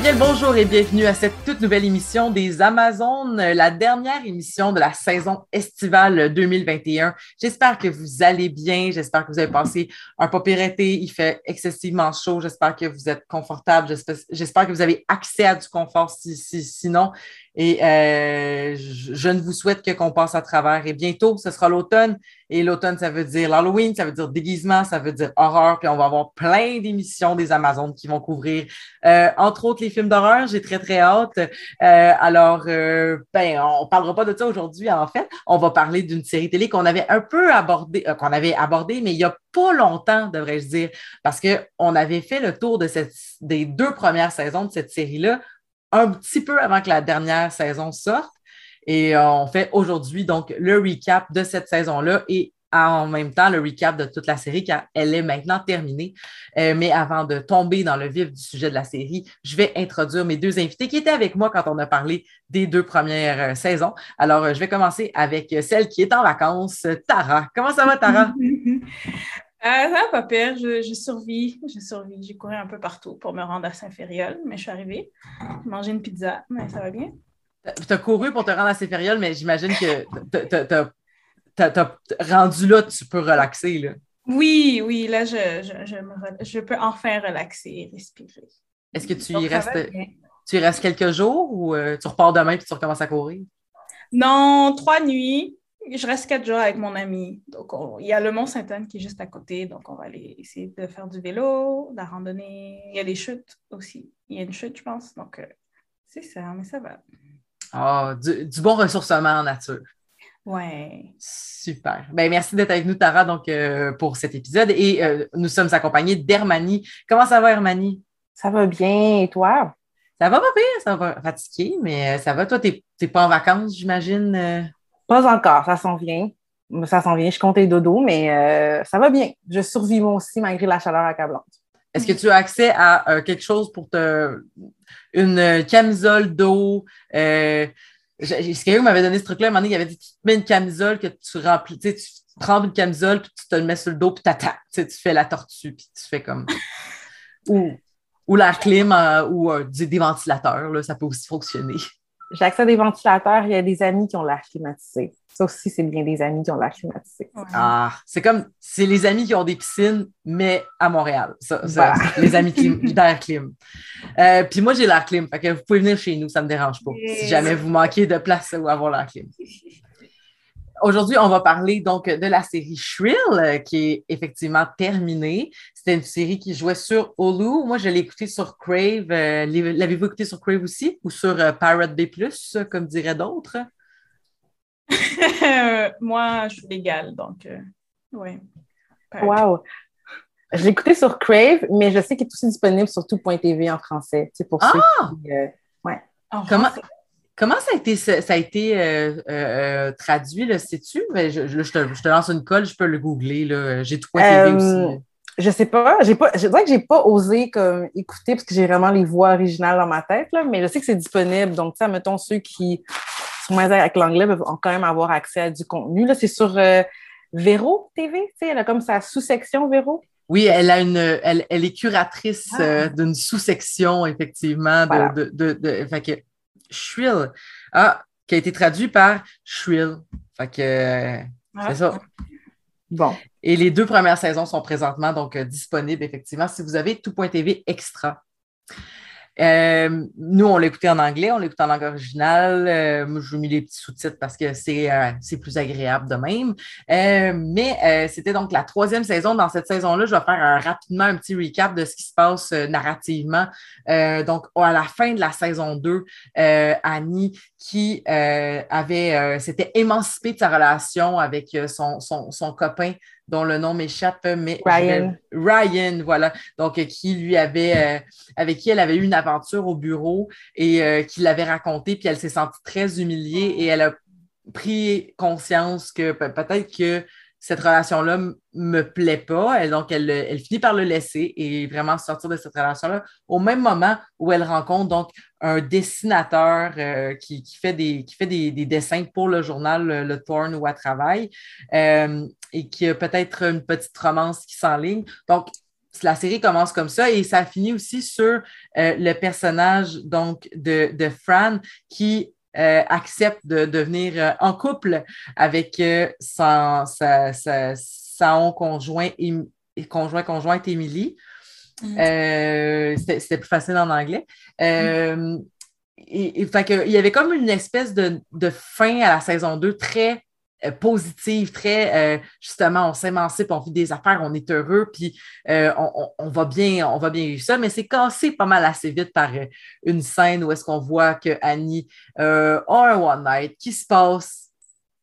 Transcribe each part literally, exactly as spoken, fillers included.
bien le bonjour et bienvenue à cette toute nouvelle émission des Amazones, la dernière émission de la saison estivale deux mille vingt et un. J'espère que vous allez bien, j'espère que vous avez passé un pas pire été, il fait excessivement chaud, j'espère que vous êtes confortable, j'espère, j'espère que vous avez accès à du confort si, si, sinon. Et euh, je, je ne vous souhaite que qu'on passe à travers. Et bientôt, ce sera l'automne. Et l'automne, ça veut dire l'Halloween, ça veut dire déguisement, ça veut dire horreur. Puis on va avoir plein d'émissions des Amazones qui vont couvrir, euh, entre autres, les films d'horreur. J'ai très, très hâte. Euh, alors, euh, ben, on ne parlera pas de ça aujourd'hui, en fait. On va parler d'une série télé qu'on avait un peu abordée, euh, qu'on avait abordée, mais il n'y a pas longtemps, devrais-je dire, parce qu'on avait fait le tour de cette, des deux premières saisons de cette série-là un petit peu avant que la dernière saison sorte. Et euh, on fait aujourd'hui donc le recap de cette saison-là et en même temps le recap de toute la série car elle est maintenant terminée. Euh, mais avant de tomber dans le vif du sujet de la série, je vais introduire mes deux invités qui étaient avec moi quand on a parlé des deux premières euh, saisons. Alors, euh, je vais commencer avec celle qui est en vacances, Tara. Comment ça va, Tara? Ah, ça va pas pire, je, je survis, je survis. J'ai couru un peu partout pour me rendre à Saint-Fériol, mais je suis arrivée. J'ai mangé une pizza, mais ça va bien. Tu as couru pour te rendre à Saint-Fériol, mais j'imagine que tu as rendu là, tu peux relaxer, là. Oui, oui, là, je, je, je, me re- je peux enfin relaxer et respirer. Est-ce que tu y Donc, ça restes, va bien. tu y restes quelques jours ou euh, tu repars demain puis tu recommences à courir? Non, trois nuits. Je reste quatre jours avec mon ami. Donc, on- il y a le Mont-Sainte-Anne qui est juste à côté. Donc, on va aller essayer de faire du vélo, de la randonnée. Il y a des chutes aussi. Il y a une chute, je pense. Donc, euh, c'est ça, mais ça va. Ah, du, du bon ressourcement en nature. Ouais. Super. Ben, merci d'être avec nous, Tara, donc, euh, pour cet épisode. Et euh, nous sommes accompagnés d'Hermanie. Comment ça va, Hermanie? Ça va bien, et toi? Ça va pas pire, ça va fatiguer, mais euh, ça va. Toi, t'es, t'es pas en vacances, j'imagine? euh? Pas encore, ça s'en vient. Ça s'en vient, je compte les dodos, mais euh, ça va bien. Je survis moi aussi malgré la chaleur accablante. Est-ce que tu as accès à euh, quelque chose pour te... une euh, camisole d'eau? Euh, j'ai- c'est quelqu'un qui m'avait donné ce truc-là, à un moment donné, il avait dit, tu te mets une camisole que tu remplis, tu sais, tu trempes une camisole, puis tu te le mets sur le dos, puis t'attends. Tu sais, tu fais la tortue, puis tu fais comme... Ou, ou l'air clim, euh, ou euh, des des ventilateurs, là, ça peut aussi fonctionner. J'ai accès à des ventilateurs, il y a des amis qui ont l'air climatisé. Ça aussi, c'est bien des amis qui ont l'air climatisé. Ouais. Ah, c'est comme, c'est les amis qui ont des piscines, mais à Montréal. Ça, ça, Voilà. les amis clim, d'air clim. Euh, puis moi, j'ai l'air clim. Fait que vous pouvez venir chez nous, ça ne me dérange pas. Si jamais vous manquez de place ou avoir l'air clim. Aujourd'hui, on va parler donc de la série Shrill, euh, qui est effectivement terminée. C'était une série qui jouait sur Hulu. Moi, je l'ai écoutée sur Crave. Euh, l'avez-vous écoutée sur Crave aussi ou sur euh, Pirate Bay plus, comme diraient d'autres? Moi, je suis légale, donc, euh, oui. Wow! Je l'ai écouté sur Crave, mais je sais qu'il est aussi disponible sur tout point t v en français. C'est pour ceux Ah! qui. Euh, ouais. En Comment, français. comment ça a été, ça a été euh, euh, euh, traduit, là, sais-tu? Ben, je, je, je te, je te lance une colle, je peux le googler. Là. J'ai tout point T V aussi. Euh, je sais pas. J'ai pas. Je dirais que j'ai pas osé comme écouter parce que j'ai vraiment les voix originales dans ma tête, là, mais je sais que c'est disponible. Donc, ça, mettons, ceux qui sont moins avec l'anglais peuvent quand même avoir accès à du contenu. Là, c'est sur euh, Véro T V, tu sais, elle a comme sa sous-section Véro. Oui, elle a une, elle, elle est curatrice Ah. euh, d'une sous-section, effectivement, de, Voilà. de, de, de, fait que Shrill, ah, qui a été traduit par Shrill. Fait que euh, Ah. c'est ça. Bon. Et les deux premières saisons sont présentement donc euh, disponibles, effectivement, si vous avez tout point T V extra. Euh, nous, on l'écoutait en anglais, on l'écoutait en langue originale. Euh, moi, je vous ai mis les petits sous-titres parce que c'est, euh, c'est plus agréable de même. Euh, mais euh, c'était donc la troisième saison. Dans cette saison-là, je vais faire un, rapidement un petit recap de ce qui se passe euh, narrativement. Euh, donc, à la fin de la saison deux, euh, Annie, qui euh, avait, euh, s'était émancipée de sa relation avec euh, son, son, son copain, dont le nom m'échappe, mais Ryan. je vais... Ryan, voilà. Donc, euh, qui lui avait, euh, avec qui elle avait eu une aventure au bureau et euh, qui l'avait raconté, puis elle s'est sentie très humiliée et elle a pris conscience que pe- peut-être que cette relation-là m- me plaît pas. Elle, donc, elle, elle finit par le laisser et vraiment sortir de cette relation-là au même moment où elle rencontre donc un dessinateur euh, qui, qui fait, des, qui fait des, des dessins pour le journal Le, le Thorn où elle travaille euh, et qui a peut-être une petite romance qui s'enligne. Donc, la série commence comme ça et ça finit aussi sur euh, le personnage donc de, de Fran qui euh, accepte de devenir euh, en couple avec euh, son, sa, sa, son conjoint, conjoint conjointe Émilie. Mm. Euh, c'était, c'était plus facile en anglais. Euh, mm. et, et, fait que, il y avait comme une espèce de, de fin à la saison deux très Euh, positive, très, euh, justement, on s'émancipe, on vit des affaires, on est heureux, puis euh, on, on, on va bien, on va bien vivre ça, mais c'est cassé pas mal assez vite par euh, une scène où est-ce qu'on voit que Annie euh, a un one night qui se passe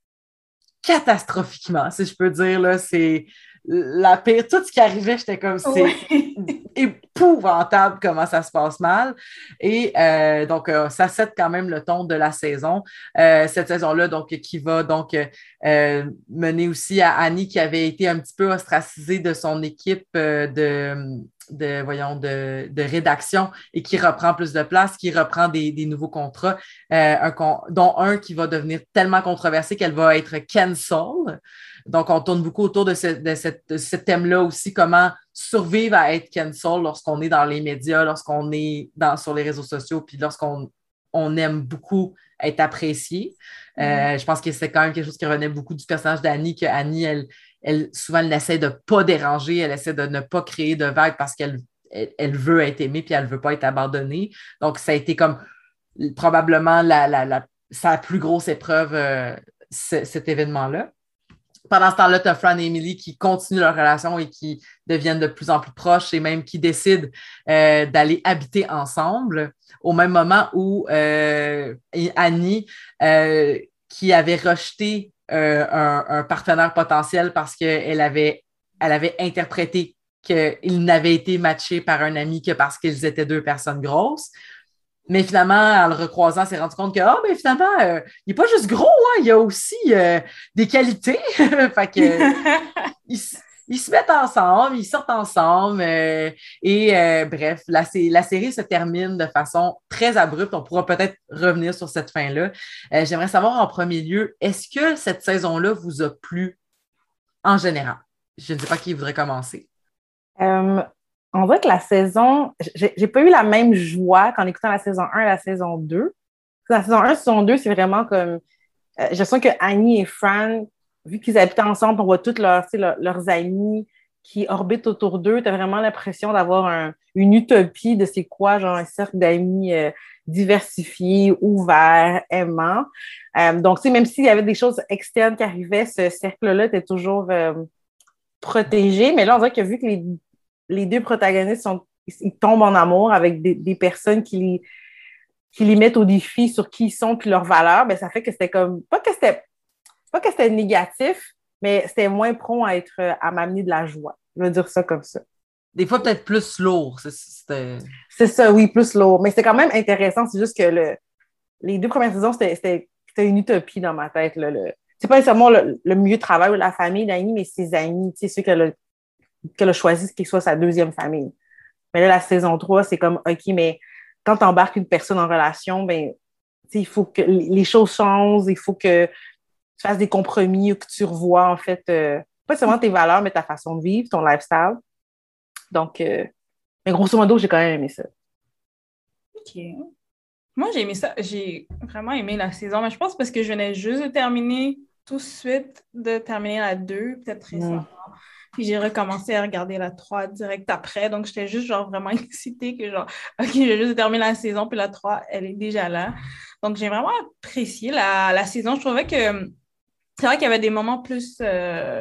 catastrophiquement, si je peux dire, là, c'est la pire, tout ce qui arrivait, j'étais comme, c'est ouais. épouvantable comment ça se passe mal. Et euh, donc, euh, ça set quand même le ton de la saison. Euh, cette saison-là, donc, qui va donc euh, mener aussi à Annie qui avait été un petit peu ostracisée de son équipe euh, de, de, voyons, de, de rédaction et qui reprend plus de place, qui reprend des, des nouveaux contrats, euh, un, dont un qui va devenir tellement controversé qu'elle va être cancel. Donc, on tourne beaucoup autour de ce, de cette, de ce thème-là aussi, comment survivre à être cancel lorsqu'on est dans les médias, lorsqu'on est dans, sur les réseaux sociaux, puis lorsqu'on on aime beaucoup être apprécié. Mm. Euh, je pense que c'est quand même quelque chose qui revenait beaucoup du personnage d'Annie, que Annie, elle, elle, souvent, elle essaie de ne pas déranger, elle essaie de ne pas créer de vagues parce qu'elle elle, elle veut être aimée, puis elle ne veut pas être abandonnée. Donc, ça a été comme probablement la, la, la, sa plus grosse épreuve, euh, c- cet événement-là. Pendant ce temps-là, tu as Fran et Emily qui continuent leur relation et qui deviennent de plus en plus proches et même qui décident euh, d'aller habiter ensemble au même moment où euh, Annie, euh, qui avait rejeté euh, un, un partenaire potentiel parce qu'elle avait, elle avait interprété qu'il n'avait été matché par un ami que parce qu'ils étaient deux personnes grosses. Mais finalement, en le recroisant, elle s'est rendu compte que, ah, oh, mais finalement, euh, il n'est pas juste gros, hein, il y a aussi euh, des qualités. Fait que, ils, ils se mettent ensemble, ils sortent ensemble. Euh, et euh, bref, la, la série se termine de façon très abrupte. On pourra peut-être revenir sur cette fin-là. Euh, j'aimerais savoir en premier lieu, est-ce que cette saison-là vous a plu en général? Je ne sais pas qui voudrait commencer. Euh, on dirait que la saison, j'ai, j'ai pas eu la même joie qu'en écoutant la saison un et la saison deux. La saison un, la saison deux, c'est vraiment comme, euh, je sens que Annie et Fran, vu qu'ils habitent ensemble, on voit tous leurs, leur, leurs amis qui orbitent autour d'eux, tu as vraiment l'impression d'avoir un, une utopie de c'est quoi, genre un cercle d'amis euh, diversifiés, ouverts, aimants. Euh, donc, tu sais, même s'il y avait des choses externes qui arrivaient, ce cercle-là était toujours euh, protégé. Mais là, on dirait que vu que les les deux protagonistes sont, ils tombent en amour avec des, des personnes qui les, qui les mettent au défi sur qui ils sont puis leurs valeurs, ben ça fait que c'était comme, pas que c'était, pas que c'était négatif, mais c'était moins prompt à être, à m'amener de la joie. Je veux dire ça comme ça. Des fois, peut-être plus lourd. C'est, c'était... c'est ça, oui, plus lourd. Mais c'était quand même intéressant. C'est juste que le, les deux premières saisons, c'était, c'était, c'était une utopie dans ma tête. Là, le, c'est pas nécessairement le, le mieux travail ou la famille d'Annie, mais ses amis, tu sais, ceux qu'elle a qu'elle a choisi qu'il soit sa deuxième famille. Mais là, la saison trois, c'est comme, OK, mais quand tu embarques une personne en relation, ben, il faut que les choses changent, il faut que tu fasses des compromis ou que tu revoies, en fait, euh, pas seulement tes valeurs, mais ta façon de vivre, ton lifestyle. Donc, euh, mais grosso modo, j'ai quand même aimé ça. OK. Moi, j'ai aimé ça. J'ai vraiment aimé la saison, mais je pense parce que je venais juste de terminer tout de suite, de terminer la deux, peut-être récemment. Mm. Puis j'ai recommencé à regarder la trois direct après. Donc, j'étais juste genre vraiment excitée que genre, OK, j'ai juste terminé la saison, puis la trois, elle est déjà là. Donc, j'ai vraiment apprécié la, la saison. Je trouvais que c'est vrai qu'il y avait des moments plus euh,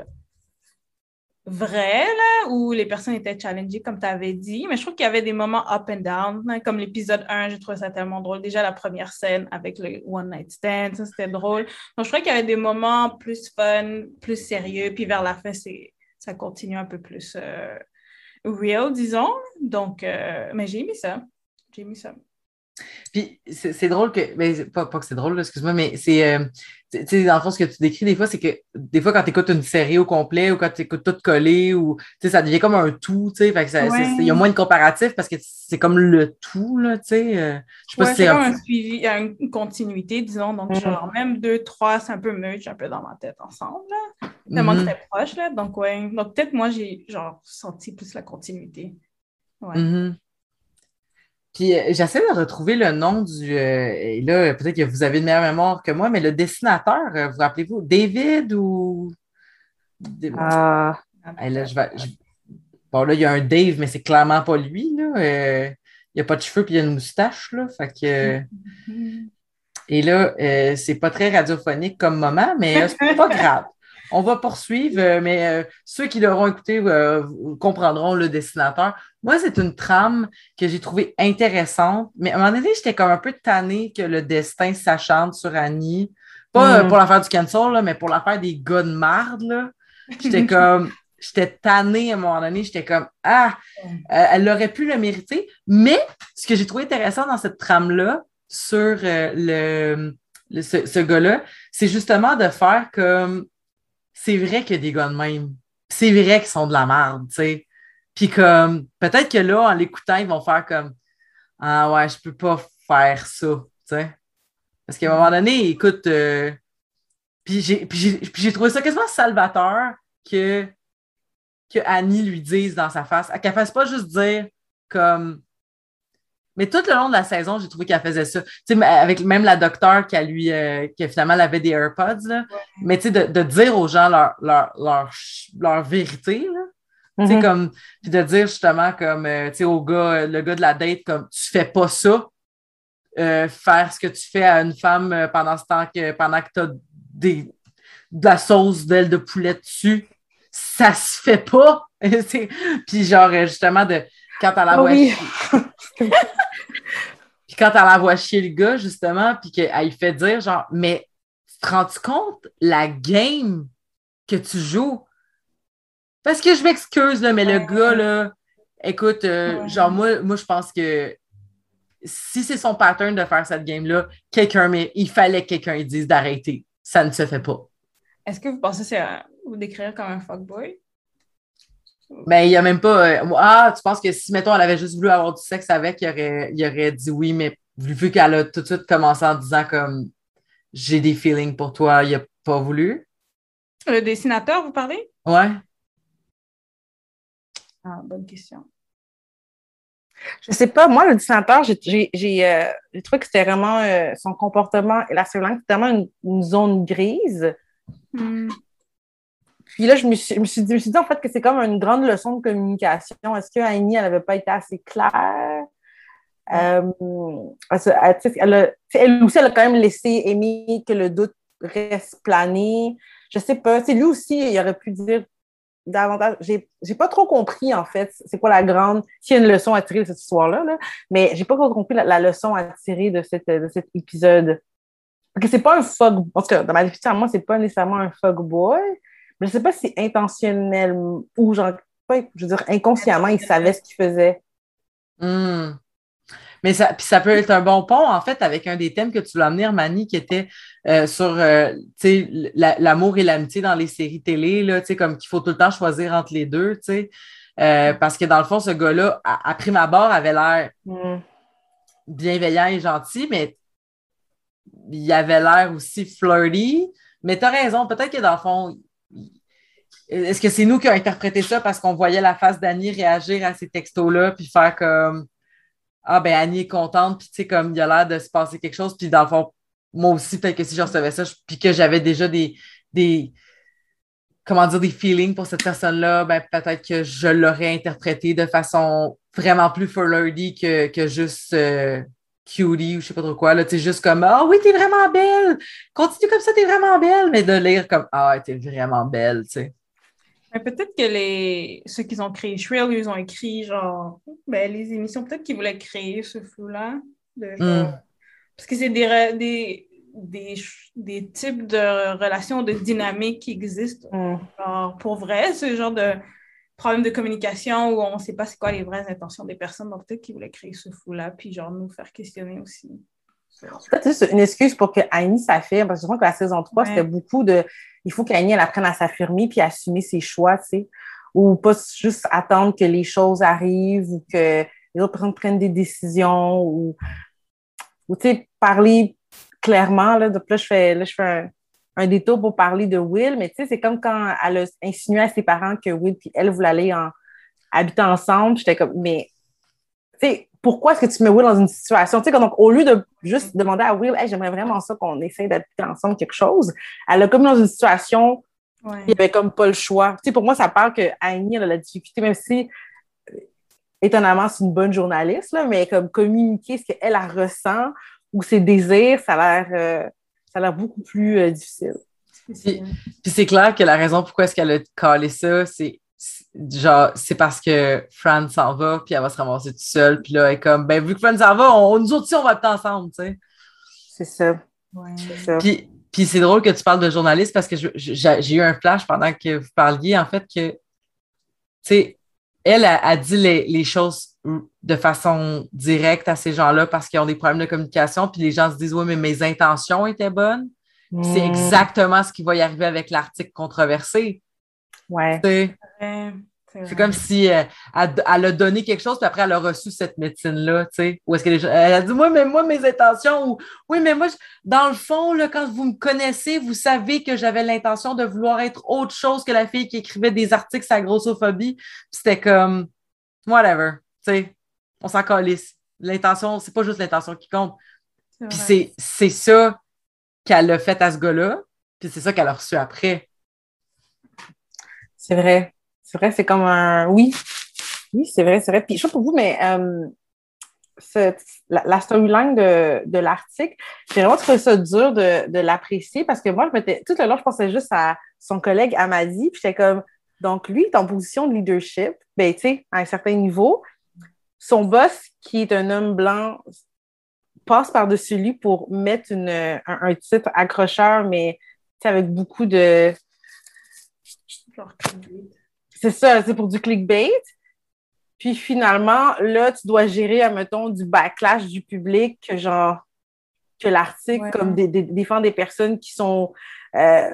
vrais, là, où les personnes étaient challengées, comme tu avais dit. Mais je trouve qu'il y avait des moments up and down, hein, comme l'épisode un, j'ai trouvé ça tellement drôle. Déjà, la première scène avec le One Night Stand, ça, c'était drôle. Donc, je trouvais qu'il y avait des moments plus fun, plus sérieux. Puis vers la fin, c'est ça continue un peu plus euh, real, disons. Donc, euh, mais j'ai aimé ça. J'ai aimé ça. Puis c'est c'est drôle que, mais pas, pas que c'est drôle, là, excuse-moi, mais c'est, euh, tu tu sais, dans le fond, ce que tu décris des fois, c'est que des fois, quand tu écoutes une série au complet ou quand tu écoutes tout collé, ou, tu sais, ça devient comme un tout, tu sais, fait que ça- c'est- c'est- il y a Ouais. moins de comparatifs parce que c'est comme le tout, là, tu sais. euh, je sais pas Ouais, si c'est c'est comme un... un suivi, une continuité, disons. Donc, genre, Mhm. même deux, trois, c'est un peu merge un peu dans ma tête ensemble, là. Tellement que Mhm, c'était proche, là. Donc, ouais. Donc, peut-être moi, j'ai, genre, senti plus la continuité. Ouais. mhm. Puis euh, j'essaie de retrouver le nom du... euh, et là, peut-être que vous avez une meilleure mémoire que moi, mais le dessinateur, euh, vous rappelez-vous, David ou... Ah, Hey, là, je vais, je- Bon, là, il y a un Dave, mais c'est clairement pas lui, là. Euh, il n'y a pas de cheveux puis il y a une moustache, là. Fait que, euh, Mhm. et là, euh, c'est pas très radiophonique comme moment, mais euh, c'est pas grave. On va poursuivre, euh, mais euh, ceux qui l'auront écouté euh, comprendront le dessinateur. Moi, c'est une trame que j'ai trouvée intéressante, mais à un moment donné, j'étais comme un peu tannée que le destin s'acharne sur Annie. Pas euh, pour hmm. l'affaire du cancel, là, mais pour l'affaire des gars de marde, là. J'étais comme, j'étais tannée à un moment donné, j'étais comme, ah, euh, elle aurait pu le mériter. Mais ce que j'ai trouvé intéressant dans cette trame-là, sur euh, le, le- ce, ce gars-là, c'est justement de faire comme, c'est vrai qu'il y a des gars de même. C'est vrai qu'ils sont de la merde, tu sais. Puis comme, peut-être que là, en l'écoutant, ils vont faire comme, ah ouais, je peux pas faire ça, tu sais. Parce qu'à un moment donné, écoute, euh, puis j'ai, puis j'ai, puis j'ai trouvé ça quasiment salvateur que que Annie lui dise dans sa face, qu'elle fasse pas juste dire comme. Mais tout le long de la saison, j'ai trouvé qu'elle faisait ça. Tu sais, avec même la docteure qui lui, euh, qui finalement elle avait des AirPods, là. Mais tu sais, de, de dire aux gens leur, leur, leur, leur vérité, là. Tu sais, Mhm. comme, puis de dire justement comme, euh, tu sais, au gars, le gars de la date, comme, tu fais pas ça, euh, faire ce que tu fais à une femme euh, pendant ce temps que, pendant que t'as des, de la sauce d'aile de poulet dessus, ça se fait pas. Puis genre, justement, de, quand elle la Ah voit oui. chier, puis quand elle la voit chier le gars, justement, puis qu'elle fait dire, genre, mais tu te rends-tu compte la game que tu joues? Parce que je m'excuse, là, mais le gars, Ouais. là, écoute, euh, genre, Ouais. moi, moi, je pense que si c'est son pattern de faire cette game-là, quelqu'un, mais il fallait que quelqu'un lui dise d'arrêter. Ça ne se fait pas. Est-ce que vous pensez que c'est un- vous décrire comme un fuckboy? Mais il n'y a même pas. euh, ah, tu penses que si, mettons, elle avait juste voulu avoir du sexe avec, il aurait, il aurait dit oui, mais vu qu'elle a tout de suite commencé en disant comme j'ai des feelings pour toi, il n'a pas voulu. Le dessinateur, vous parlez? Ouais. Ah, bonne question. Je sais pas, moi, le dessinateur, j'ai j'ai j'ai, euh, j'ai trouvé que c'était vraiment euh, son comportement et la langue, c'était vraiment une, une zone grise. Hmm. Puis là, je me suis, je me suis dit, je me suis dit en fait que c'est comme une grande leçon de communication. Est-ce que Annie, elle n'avait pas été assez claire? Ouais. Euh, elle, se- elle, tu sais, elle a- tu sais, elle aussi, elle a quand même laissé aimer que le doute reste plané. Je sais pas. Tu sais, lui aussi, il aurait pu dire davantage. J'ai, j'ai pas trop compris, en fait, c'est quoi la grande. S'il y a une leçon à tirer de cette histoire-là, là, mais j'ai pas trop compris la, la leçon à tirer de, cette, de cet épisode. Parce que c'est pas un fuck. En tout cas, dans ma définition, à moi, c'est pas nécessairement un fuck boy, mais je sais pas si intentionnel ou genre, pas, je veux dire, inconsciemment, il savait ce qu'il faisait. Hmm. Mais ça, puis ça peut être un bon pont, en fait, avec un des thèmes que tu l'as amené, Armani, qui était euh, sur euh, tu sais, la- l'amour et l'amitié dans les séries télé, là, tu sais, comme qu'il faut tout le temps choisir entre les deux, tu sais. Euh, parce que dans le fond, ce gars-là, à, à prime abord, avait l'air Mm. bienveillant et gentil, mais il avait l'air aussi flirty. Mais tu as raison, peut-être que dans le fond, est-ce que c'est nous qui avons interprété ça parce qu'on voyait la face d'Annie réagir à ces textos-là, puis faire comme ah, ben Annie est contente, puis tu sais, comme il a l'air de se passer quelque chose, puis dans le fond, moi aussi, peut-être que si je recevais ça, je- puis que j'avais déjà des, des, comment dire, des feelings pour cette personne-là, ben peut-être que je l'aurais interprété de façon vraiment plus flirty que, que juste euh, cutie ou je sais pas trop quoi, là, tu sais, juste comme ah oui, t'es vraiment belle, continue comme ça, t'es vraiment belle, mais de lire comme ah, t'es vraiment belle, tu sais. Mais peut-être que les ceux qui ont créé Shrill, ils ont écrit genre ben, les émissions, peut-être qu'ils voulaient créer ce flou-là. De genre... Mm. Parce que c'est des, re- des, des, des types de relations, de dynamiques qui existent. Mm. Genre, pour vrai, ce genre de problème de communication où on ne sait pas c'est quoi les vraies intentions des personnes. Donc, peut-être qu'ils voulaient créer ce flou-là, puis genre nous faire questionner aussi. Peut-être juste une excuse pour que Annie s'affirme, parce que je crois que la saison trois, ouais. C'était beaucoup de... Il faut qu'Annie, elle apprenne à s'affirmer puis à assumer ses choix, tu sais, ou pas juste attendre que les choses arrivent ou que les autres personnes prennent des décisions ou, ou tu sais, parler clairement, là. Donc là, je fais, là, je fais un, un détour pour parler de Will, mais tu sais, c'est comme quand elle a insinué à ses parents que Will puis elle voulaient aller en, habiter ensemble. J'étais comme, mais, tu sais, pourquoi est-ce que tu mets Will dans une situation? Tu sais, donc, au lieu de juste demander à Will, hey, j'aimerais vraiment ça qu'on essaye d'habiter ensemble quelque chose, elle a comme dans une situation ouais. Il n'y avait comme pas le choix. Tu sais, pour moi, ça parle que Annie, elle a la difficulté, même si, étonnamment, c'est une bonne journaliste, là, mais comme communiquer ce qu'elle elle ressent ou ses désirs, ça a l'air, euh, ça a l'air beaucoup plus euh, difficile. Puis, puis c'est clair que la raison pourquoi est-ce qu'elle a calé ça, c'est genre, c'est parce que Fran s'en va, puis elle va se ramasser toute seule, puis là, elle est comme, ben, vu que Fran s'en va, on, nous autres aussi, on va être ensemble, tu sais. C'est ça. Ouais. C'est ça. Puis, puis c'est drôle que tu parles de journaliste parce que je, je, j'ai eu un flash pendant que vous parliez, en fait, que, tu sais, elle a, a dit les, les choses de façon directe à ces gens-là parce qu'ils ont des problèmes de communication, puis les gens se disent, oui, mais mes intentions étaient bonnes. Mmh. C'est exactement ce qui va y arriver avec l'article controversé. Ouais. C'est, c'est comme si euh, elle, elle a donné quelque chose, puis après, elle a reçu cette médecine-là, tu sais. Ou est-ce que les gens, elle a dit, moi, mais moi, mes intentions, ou oui, mais moi, je, dans le fond, là, quand vous me connaissez, vous savez que j'avais l'intention de vouloir être autre chose que la fille qui écrivait des articles sur la grossophobie. Puis c'était comme, whatever, tu sais, on s'en calisse. L'intention, c'est pas juste l'intention qui compte. C'est puis c'est, c'est ça qu'elle a fait à ce gars-là, puis c'est ça qu'elle a reçu après. C'est vrai. C'est vrai, c'est comme un... Oui. Oui, c'est vrai, c'est vrai. Puis je sais pas pour vous, mais euh, ce, la, la storyline de, de l'article, j'ai vraiment trouvé ça dur de, de l'apprécier parce que moi, je m'étais... Tout le long, je pensais juste à son collègue Amadi, puis j'étais comme... Donc, lui, il est en position de leadership, ben, tu sais, à un certain niveau. Son boss, qui est un homme blanc, passe par-dessus lui pour mettre une, un, un titre accrocheur, mais avec beaucoup de... C'est ça, c'est pour du clickbait. Puis finalement, là, tu dois gérer, admettons, du backlash du public, que genre, que l'article, ouais. Comme des, des, défend des personnes qui sont euh,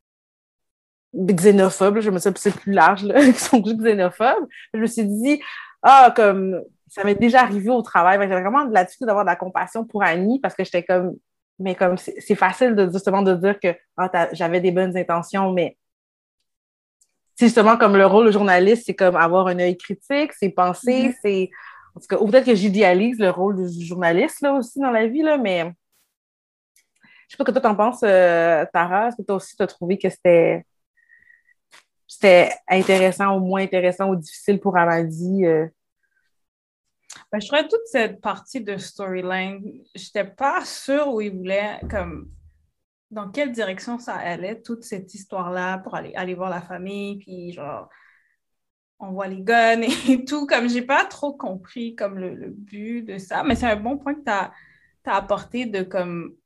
xénophobes, je me sais c'est plus large, là, qui sont juste xénophobes. Je me suis dit, ah, comme, ça m'est déjà arrivé au travail. J'avais vraiment de la difficulté d'avoir de la compassion pour Annie parce que j'étais comme, mais comme, c'est, c'est facile de justement de dire que ah, j'avais des bonnes intentions, mais c'est justement comme le rôle de journaliste, c'est comme avoir un œil critique, c'est penser, mm-hmm. c'est... En tout cas, ou peut-être que j'idéalise le rôle du journaliste, là, aussi, dans la vie, là, mais... Je sais pas ce que toi t'en penses, euh, Tara. Est-ce que toi aussi, t'as trouvé que c'était... c'était intéressant ou moins intéressant ou difficile pour Amadi? Euh... Ben, je trouvais toute cette partie de storyline, j'étais pas sûre où il voulait, comme... dans quelle direction ça allait, toute cette histoire-là, pour aller, aller voir la famille, puis genre, on voit les guns et tout, comme j'ai pas trop compris comme le, le but de ça, mais c'est un bon point que tu as apporté de comme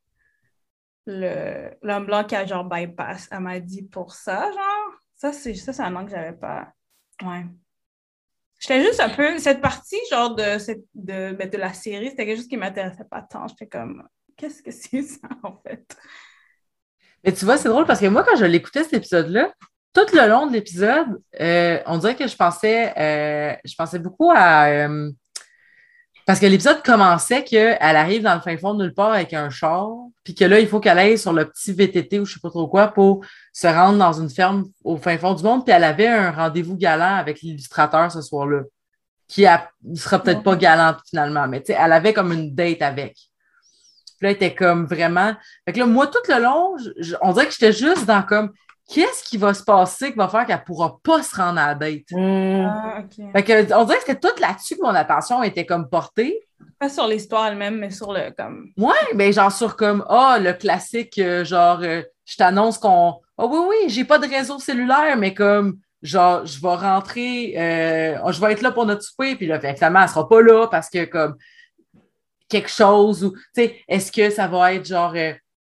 le, l'homme blanc qui a genre bypass Amadi pour ça, genre, ça c'est, ça, c'est un nom que j'avais pas, ouais. J'étais juste un peu, cette partie genre de, cette, de, de la série, c'était quelque chose qui m'intéressait pas tant, j'étais comme, qu'est-ce que c'est ça en fait? Mais tu vois, c'est drôle parce que moi, quand je l'écoutais, cet épisode-là, tout le long de l'épisode, euh, on dirait que je pensais, euh, je pensais beaucoup à... Euh, parce que l'épisode commençait qu'elle arrive dans le fin fond de nulle part avec un char, puis que là, il faut qu'elle aille sur le petit V T T ou je sais pas trop quoi pour se rendre dans une ferme au fin fond du monde, puis elle avait un rendez-vous galant avec l'illustrateur ce soir-là, qui ne sera peut-être pas galante finalement, mais tu sais, elle avait comme une date avec. Puis là, elle était comme vraiment... Fait que là, moi, tout le long, je, on dirait que j'étais juste dans comme, qu'est-ce qui va se passer qui va faire qu'elle ne pourra pas se rendre à la date? Mm. Ah, OK. Fait que, on dirait que c'était tout là-dessus que mon attention était comme portée. Pas sur l'histoire elle-même, mais sur le comme... Ouais, mais genre sur comme, ah, oh, le classique, euh, genre, euh, je t'annonce qu'on... Ah oh, oui, oui, j'ai pas de réseau cellulaire, mais comme, genre, je vais rentrer, euh, je vais être là pour notre souper, puis là, finalement, elle sera pas là parce que comme... quelque chose ou, tu sais, est-ce que ça va être genre, euh,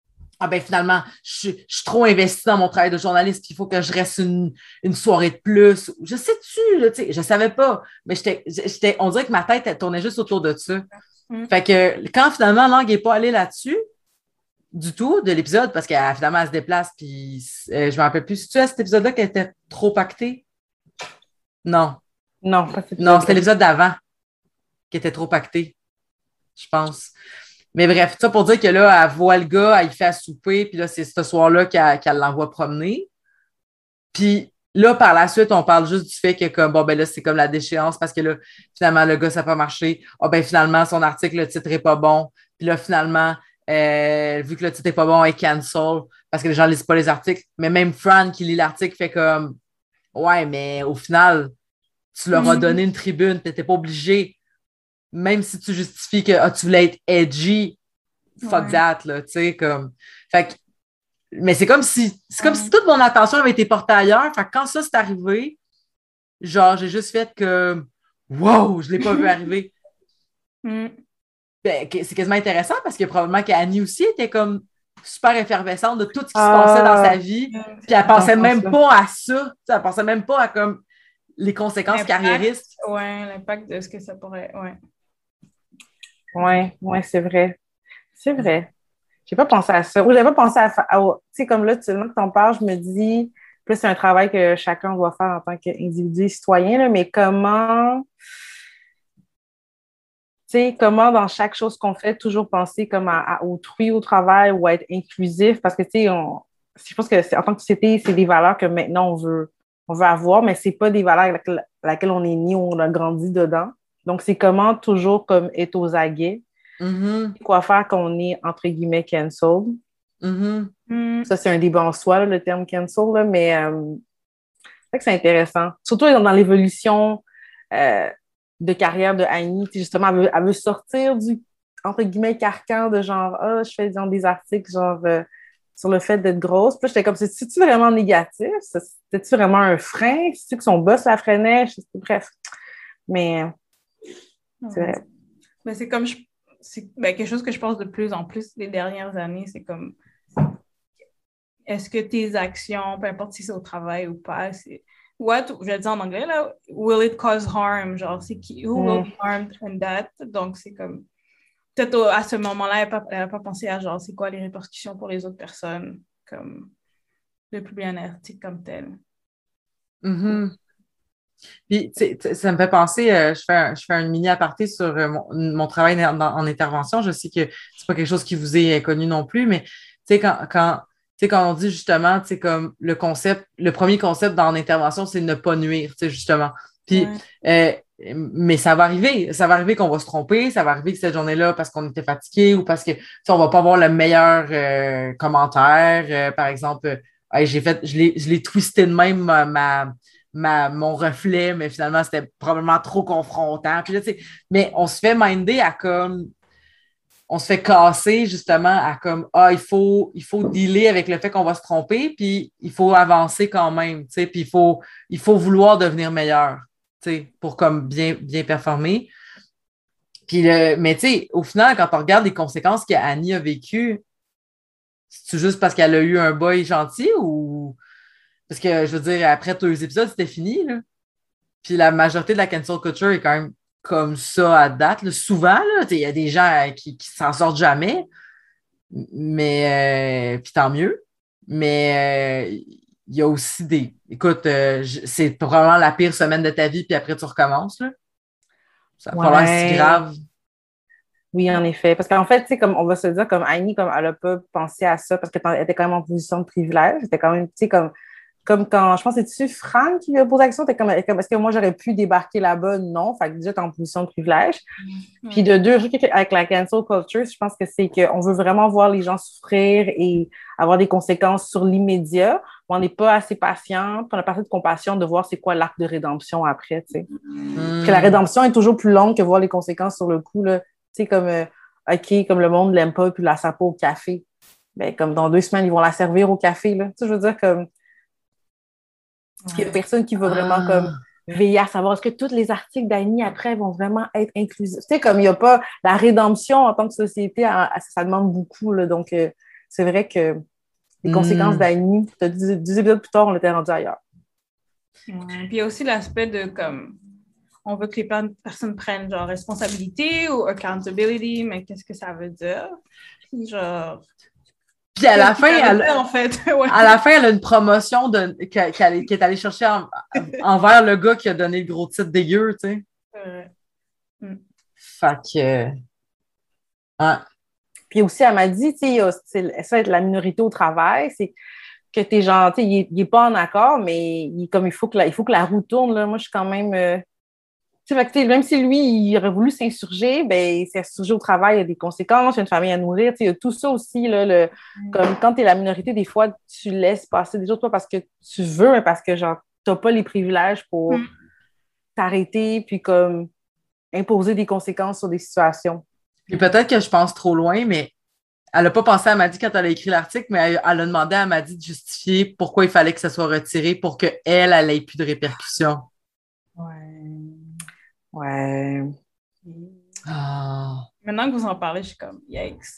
ah ben finalement, je, je suis trop investie dans mon travail de journaliste, puis il faut que je reste une, une soirée de plus. Je sais-tu, là, tu sais, je savais pas, mais j'étais, j'étais, on dirait que ma tête, elle tournait juste autour de ça. Mm. Fait que quand finalement, Lang n'est pas allée là-dessus, du tout, de l'épisode, parce qu'elle finalement, elle se déplace, puis euh, je me rappelle plus. C'est-tu à cet épisode-là qu'elle était trop pactée? Non. Non, pas cet Non, c'était l'épisode d'avant qui était trop pacté, je pense. Mais bref, ça pour dire que là, elle voit le gars, elle y fait à souper, puis là, c'est ce soir-là qu'elle, qu'elle l'envoie promener. Puis là, par la suite, on parle juste du fait que, comme, bon, ben là, c'est comme la déchéance parce que là, finalement, le gars, ça n'a pas marché. Ah, oh, ben finalement, son article, le titre n'est pas bon. Puis là, finalement, euh, vu que le titre n'est pas bon, elle cancel parce que les gens ne lisent pas les articles. Mais même Fran qui lit l'article fait comme, ouais, mais au final, tu leur as donné une tribune, tu n'étais pas obligé. Même si tu justifies que ah, tu voulais être edgy, fuck ouais. that, là, tu sais, comme... Fait que... Mais c'est comme si c'est comme ouais. si toute mon attention avait été portée ailleurs. Fait que quand ça, c'est arrivé, genre, j'ai juste fait que wow, je l'ai pas vu arriver. mm. Ben, c'est quasiment intéressant parce que probablement qu'Annie aussi était comme super effervescente de tout ce qui ah, se passait dans sa vie. Puis elle pensait même ça. pas à ça. Elle pensait même pas à comme les conséquences l'impact, carriéristes. Ouais, l'impact de ce que ça pourrait... Ouais. Oui, ouais, c'est vrai. C'est vrai. J'ai pas pensé à ça. Ou j'avais pas pensé à... à tu sais, comme là, tu sais, que t'en parles, je me dis... Plus c'est un travail que chacun doit faire en tant qu'individu citoyen, là, mais comment... Tu sais, comment dans chaque chose qu'on fait, toujours penser comme à, à autrui au travail ou à être inclusif, parce que, tu sais, on... je pense que en tant que société, c'est des valeurs que maintenant on veut, on veut avoir, mais c'est pas des valeurs avec lesquelles on est né ou on a grandi dedans. Donc, c'est comment toujours comme être aux aguets. Mm-hmm. Quoi faire quand on est, entre guillemets, cancelled. Mm-hmm. Mm. Ça, c'est un débat en soi, là, le terme cancel, là, mais euh, c'est vrai que c'est intéressant. Surtout dans, dans l'évolution euh, de carrière de Annie. Justement, elle veut, elle veut sortir du, entre guillemets, carcan de genre, ah, oh, je fais genre, des articles genre euh, sur le fait d'être grosse. Puis là, j'étais comme, c'est-tu vraiment négatif? C'était-tu vraiment un frein? C'est-tu que son boss la freinait? Bref. Mais... C'est vrai. Mais c'est comme je, c'est ben, quelque chose que je pense de plus en plus les dernières années, c'est comme est-ce que tes actions, peu importe si c'est au travail ou pas, c'est what, je vais dire en anglais là, will it cause harm? Genre, c'est qui, who mm. will be harmed in that? Donc, c'est comme peut-être au, à ce moment-là, elle n'a pas, pas pensé à genre, c'est quoi les répercussions pour les autres personnes, comme de publier un article comme tel. Mm-hmm. Puis, ça me fait penser, euh, je, fais un, je fais un mini aparté sur euh, mon, mon travail en, en intervention. Je sais que c'est pas quelque chose qui vous est connu non plus, mais tu sais, quand, quand, quand on dit justement, tu sais, comme le concept, le premier concept dans l'intervention, c'est ne pas nuire, tu sais, justement. Puis, ouais. euh, mais ça va arriver, ça va arriver qu'on va se tromper, ça va arriver que cette journée-là, parce qu'on était fatigué ou parce que, tu sais, on va pas avoir le meilleur euh, commentaire. Euh, par exemple, euh, j'ai fait, je l'ai, je l'ai twisté de même ma, ma Ma, mon reflet, mais finalement, c'était probablement trop confrontant. Puis là, mais on se fait minder à comme... On se fait casser, justement, à comme, ah, il faut, il faut dealer avec le fait qu'on va se tromper, puis il faut avancer quand même, tu sais, puis il faut, il faut vouloir devenir meilleur, tu sais, pour comme bien, bien performer. Puis le, mais tu sais, au final, quand on regarde les conséquences qu'Annie a vécues, c'est juste parce qu'elle a eu un boy gentil ou... Parce que, je veux dire, après deux épisodes, c'était fini, là. Puis la majorité de la cancel culture est quand même comme ça à date. Là. Souvent, il y a des gens qui, qui s'en sortent jamais. Mais, euh, puis tant mieux. Mais il euh, y a aussi des... Écoute, euh, c'est probablement la pire semaine de ta vie, puis après, tu recommences, là. Ça n'a ouais. pas l'air si grave. Oui, en effet. Parce qu'en fait, tu sais, comme on va se dire, comme Annie, comme elle n'a pas pensé à ça parce qu'elle était quand même en position de privilège. C'était quand même, tu sais, comme... Comme quand, je pense, c'est-tu Franck qui lui a posé la question? T'es comme, comme, est-ce que moi, j'aurais pu débarquer là-bas? Non. Fait que déjà, t'es en position de privilège. Mm-hmm. Puis de deux, avec la cancel culture, je pense que c'est qu'on veut vraiment voir les gens souffrir et avoir des conséquences sur l'immédiat. On n'est pas assez patient, on n'a pas assez de compassion de voir c'est quoi l'arc de rédemption après, tu sais. Mm-hmm. Parce que la rédemption est toujours plus longue que voir les conséquences sur le coup, là. Tu sais, comme, euh, OK, comme le monde ne l'aime pas, puis la sert pas au café. Ben, comme dans deux semaines, ils vont la servir au café, là. Tu sais, je veux dire, comme... Il n'y a personne qui va vraiment ah. comme veiller à savoir est-ce que tous les articles d'Annie après vont vraiment être inclusifs. Tu sais, comme il n'y a pas la rédemption en tant que société, ça demande beaucoup. Là, donc, euh, c'est vrai que les Mm. conséquences d'Annie, t'as dix, dix épisodes plus tard, on était rendu ailleurs. Ouais. Puis il y a aussi l'aspect de comme on veut que les personnes prennent genre responsabilité ou accountability, mais qu'est-ce que ça veut dire? Puis genre. Puis à la fin, elle, dire, en fait? Ouais. à la fin, elle a une promotion de, qu'elle, qu'elle est allée chercher en, envers le gars qui a donné le gros titre dégueu, tu sais. Ouais. Mm. Fait que. Ouais. Puis aussi, elle m'a dit, tu sais, ça être la minorité au travail, c'est que t'es genre, tu sais, il, il est pas en accord, mais il, comme il faut que la, il faut que la roue tourne, là. Moi, je suis quand même. Euh, tu sais, même si lui, il aurait voulu s'insurger, ben, il s'est insurgé au travail, il y a des conséquences, il y a une famille à nourrir, tu sais, il y a tout ça aussi, là, le, mm. comme quand t'es la minorité, des fois, tu laisses passer des autres, pas parce que tu veux, mais parce que, genre, t'as pas les privilèges pour mm. t'arrêter, puis comme imposer des conséquences sur des situations. Puis peut-être que je pense trop loin, mais elle n'a pas pensé à Maddy quand elle a écrit l'article, mais elle, elle a demandé à Maddy de justifier pourquoi il fallait que ça soit retiré pour qu'elle, elle ait plus de répercussions. Ouais. Ouais. Oh. Maintenant que vous en parlez, je suis comme, yikes.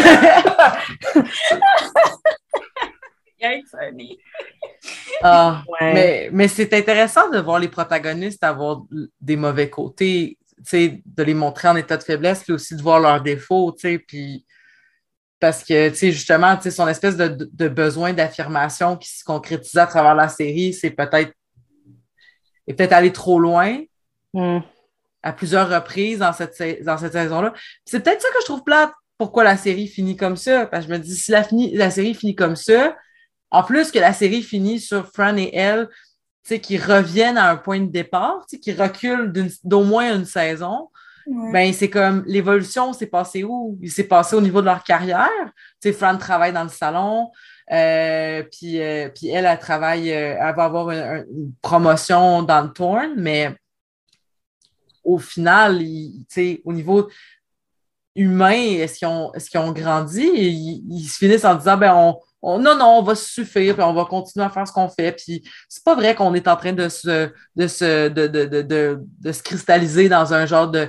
Yikes, Annie. Ah, ouais. mais, mais c'est intéressant de voir les protagonistes avoir des mauvais côtés, tu sais, de les montrer en état de faiblesse, puis aussi de voir leurs défauts, tu sais, puis parce que, tu sais, justement, tu sais, son espèce de, de besoin d'affirmation qui se concrétisait à travers la série, c'est peut-être est peut-être allé trop loin mm. à plusieurs reprises dans cette, dans cette saison-là. Puis c'est peut-être ça que je trouve plate, pourquoi la série finit comme ça, parce que je me dis, si la, fini, la série finit comme ça, en plus que la série finit sur Fran et elle, tu sais, qui reviennent à un point de départ, tu sais, qui reculent d'au moins une saison, ouais. Ben c'est comme l'évolution s'est passée où? Il s'est passé au niveau de leur carrière. Tu sais, Fran travaille dans le salon, euh, puis, euh, puis elle, elle travaille, euh, elle va avoir une, une promotion dans le tourne, mais au final, il, tu sais, au niveau humain, est-ce qu'ils ont, est-ce qu'ils ont grandi? Et ils, ils se finissent en disant, ben on On, non, non, on va se suffire, puis on va continuer à faire ce qu'on fait. Puis c'est pas vrai qu'on est en train de se, de se, de, de, de, de, de se cristalliser dans un genre de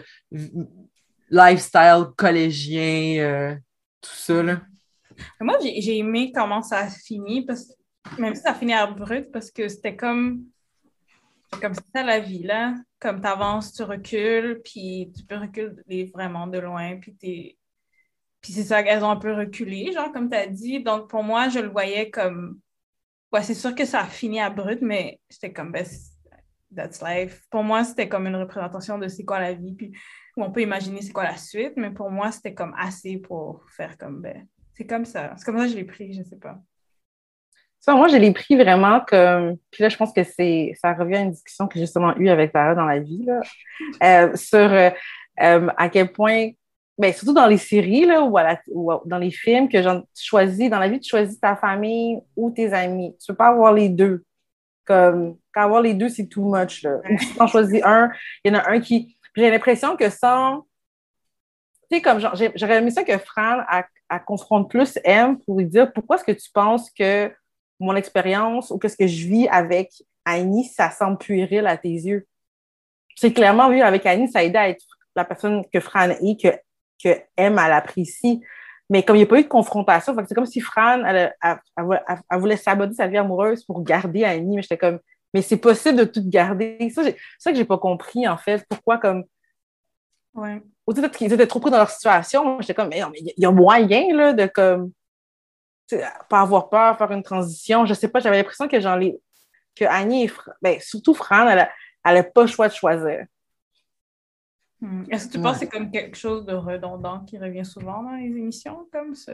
lifestyle collégien, euh, tout ça, là. Moi, j'ai, j'ai aimé comment ça a fini, parce, même si ça a fini abrupt, parce que c'était comme, comme c'était la vie, là. Comme tu avances, tu recules, puis tu peux reculer vraiment de loin, puis t'es... Puis c'est ça qu'elles ont un peu reculé, genre, comme tu as dit. Donc, pour moi, je le voyais comme... Ouais, c'est sûr que ça a fini abrupt, mais j'étais comme, ben, that's life. Pour moi, c'était comme une représentation de c'est quoi la vie, puis où on peut imaginer c'est quoi la suite, mais pour moi, c'était comme assez pour faire comme, ben, c'est comme ça. C'est comme ça que je l'ai pris, je sais pas. Ça, moi, je l'ai pris vraiment comme... Puis là, je pense que c'est ça revient à une discussion que j'ai justement eue avec Tara dans la vie, là, euh, sur euh, euh, à quel point... Ben, surtout dans les séries là, ou, à la, ou dans les films, que genre, tu choisis, dans la vie, tu choisis ta famille ou tes amis. Tu peux pas avoir les deux. Comme, quand avoir les deux, c'est too much. Là. Ou si tu en choisis un, il y en a un qui... J'ai l'impression que sans... Tu sais, comme genre, j'aurais aimé ça que Fran elle confronte plus M pour lui dire pourquoi est-ce que tu penses que mon expérience ou qu'est-ce que je vis avec Annie, ça semble puéril à tes yeux. C'est clairement, vivre avec Annie, ça aide à être la personne que Fran est, que que M, elle apprécie. Mais comme il n'y a pas eu de confrontation, c'est comme si Fran, elle, elle, elle, elle, elle voulait saboter sa vie amoureuse pour garder Annie. Mais j'étais comme, mais c'est possible de tout garder. Ça, c'est ça que j'ai pas compris, en fait. Pourquoi, comme... Ouais. Peut-être qu'ils étaient trop pris dans leur situation. J'étais comme, mais il y a moyen, là, de, comme, pas avoir peur, faire une transition. Je sais pas, j'avais l'impression que, genre, les... que Annie et Fran... ben, surtout Fran, elle n'a pas le choix de choisir. Hmm. Est-ce que tu ouais. penses que c'est comme quelque chose de redondant qui revient souvent dans les émissions comme ça?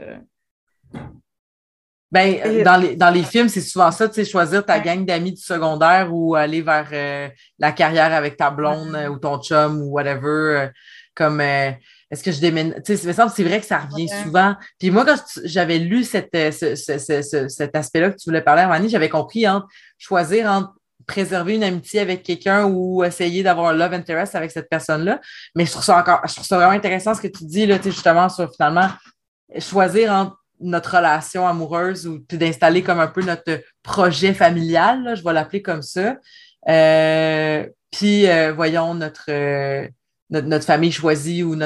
Ben, euh, dans les, dans les films, c'est souvent ça, tu sais, choisir ta ouais. gang d'amis du secondaire ou aller vers euh, la carrière avec ta blonde ouais. euh, ou ton chum ou whatever. Euh, comme, euh, est-ce que je déménage? Tu sais, c'est vrai que ça revient ouais. souvent. Puis moi, quand j'avais lu cette, ce, ce, ce, ce, cet aspect-là que tu voulais parler, Amani, j'avais compris entre choisir entre préserver une amitié avec quelqu'un ou essayer d'avoir un love interest avec cette personne-là. Mais je trouve ça encore, je trouve ça vraiment intéressant ce que tu dis, là, tu sais, justement, sur finalement choisir entre notre relation amoureuse ou puis d'installer comme un peu notre projet familial, là, je vais l'appeler comme ça. Euh, puis, euh, voyons, notre, euh, notre, notre famille choisie ou notre,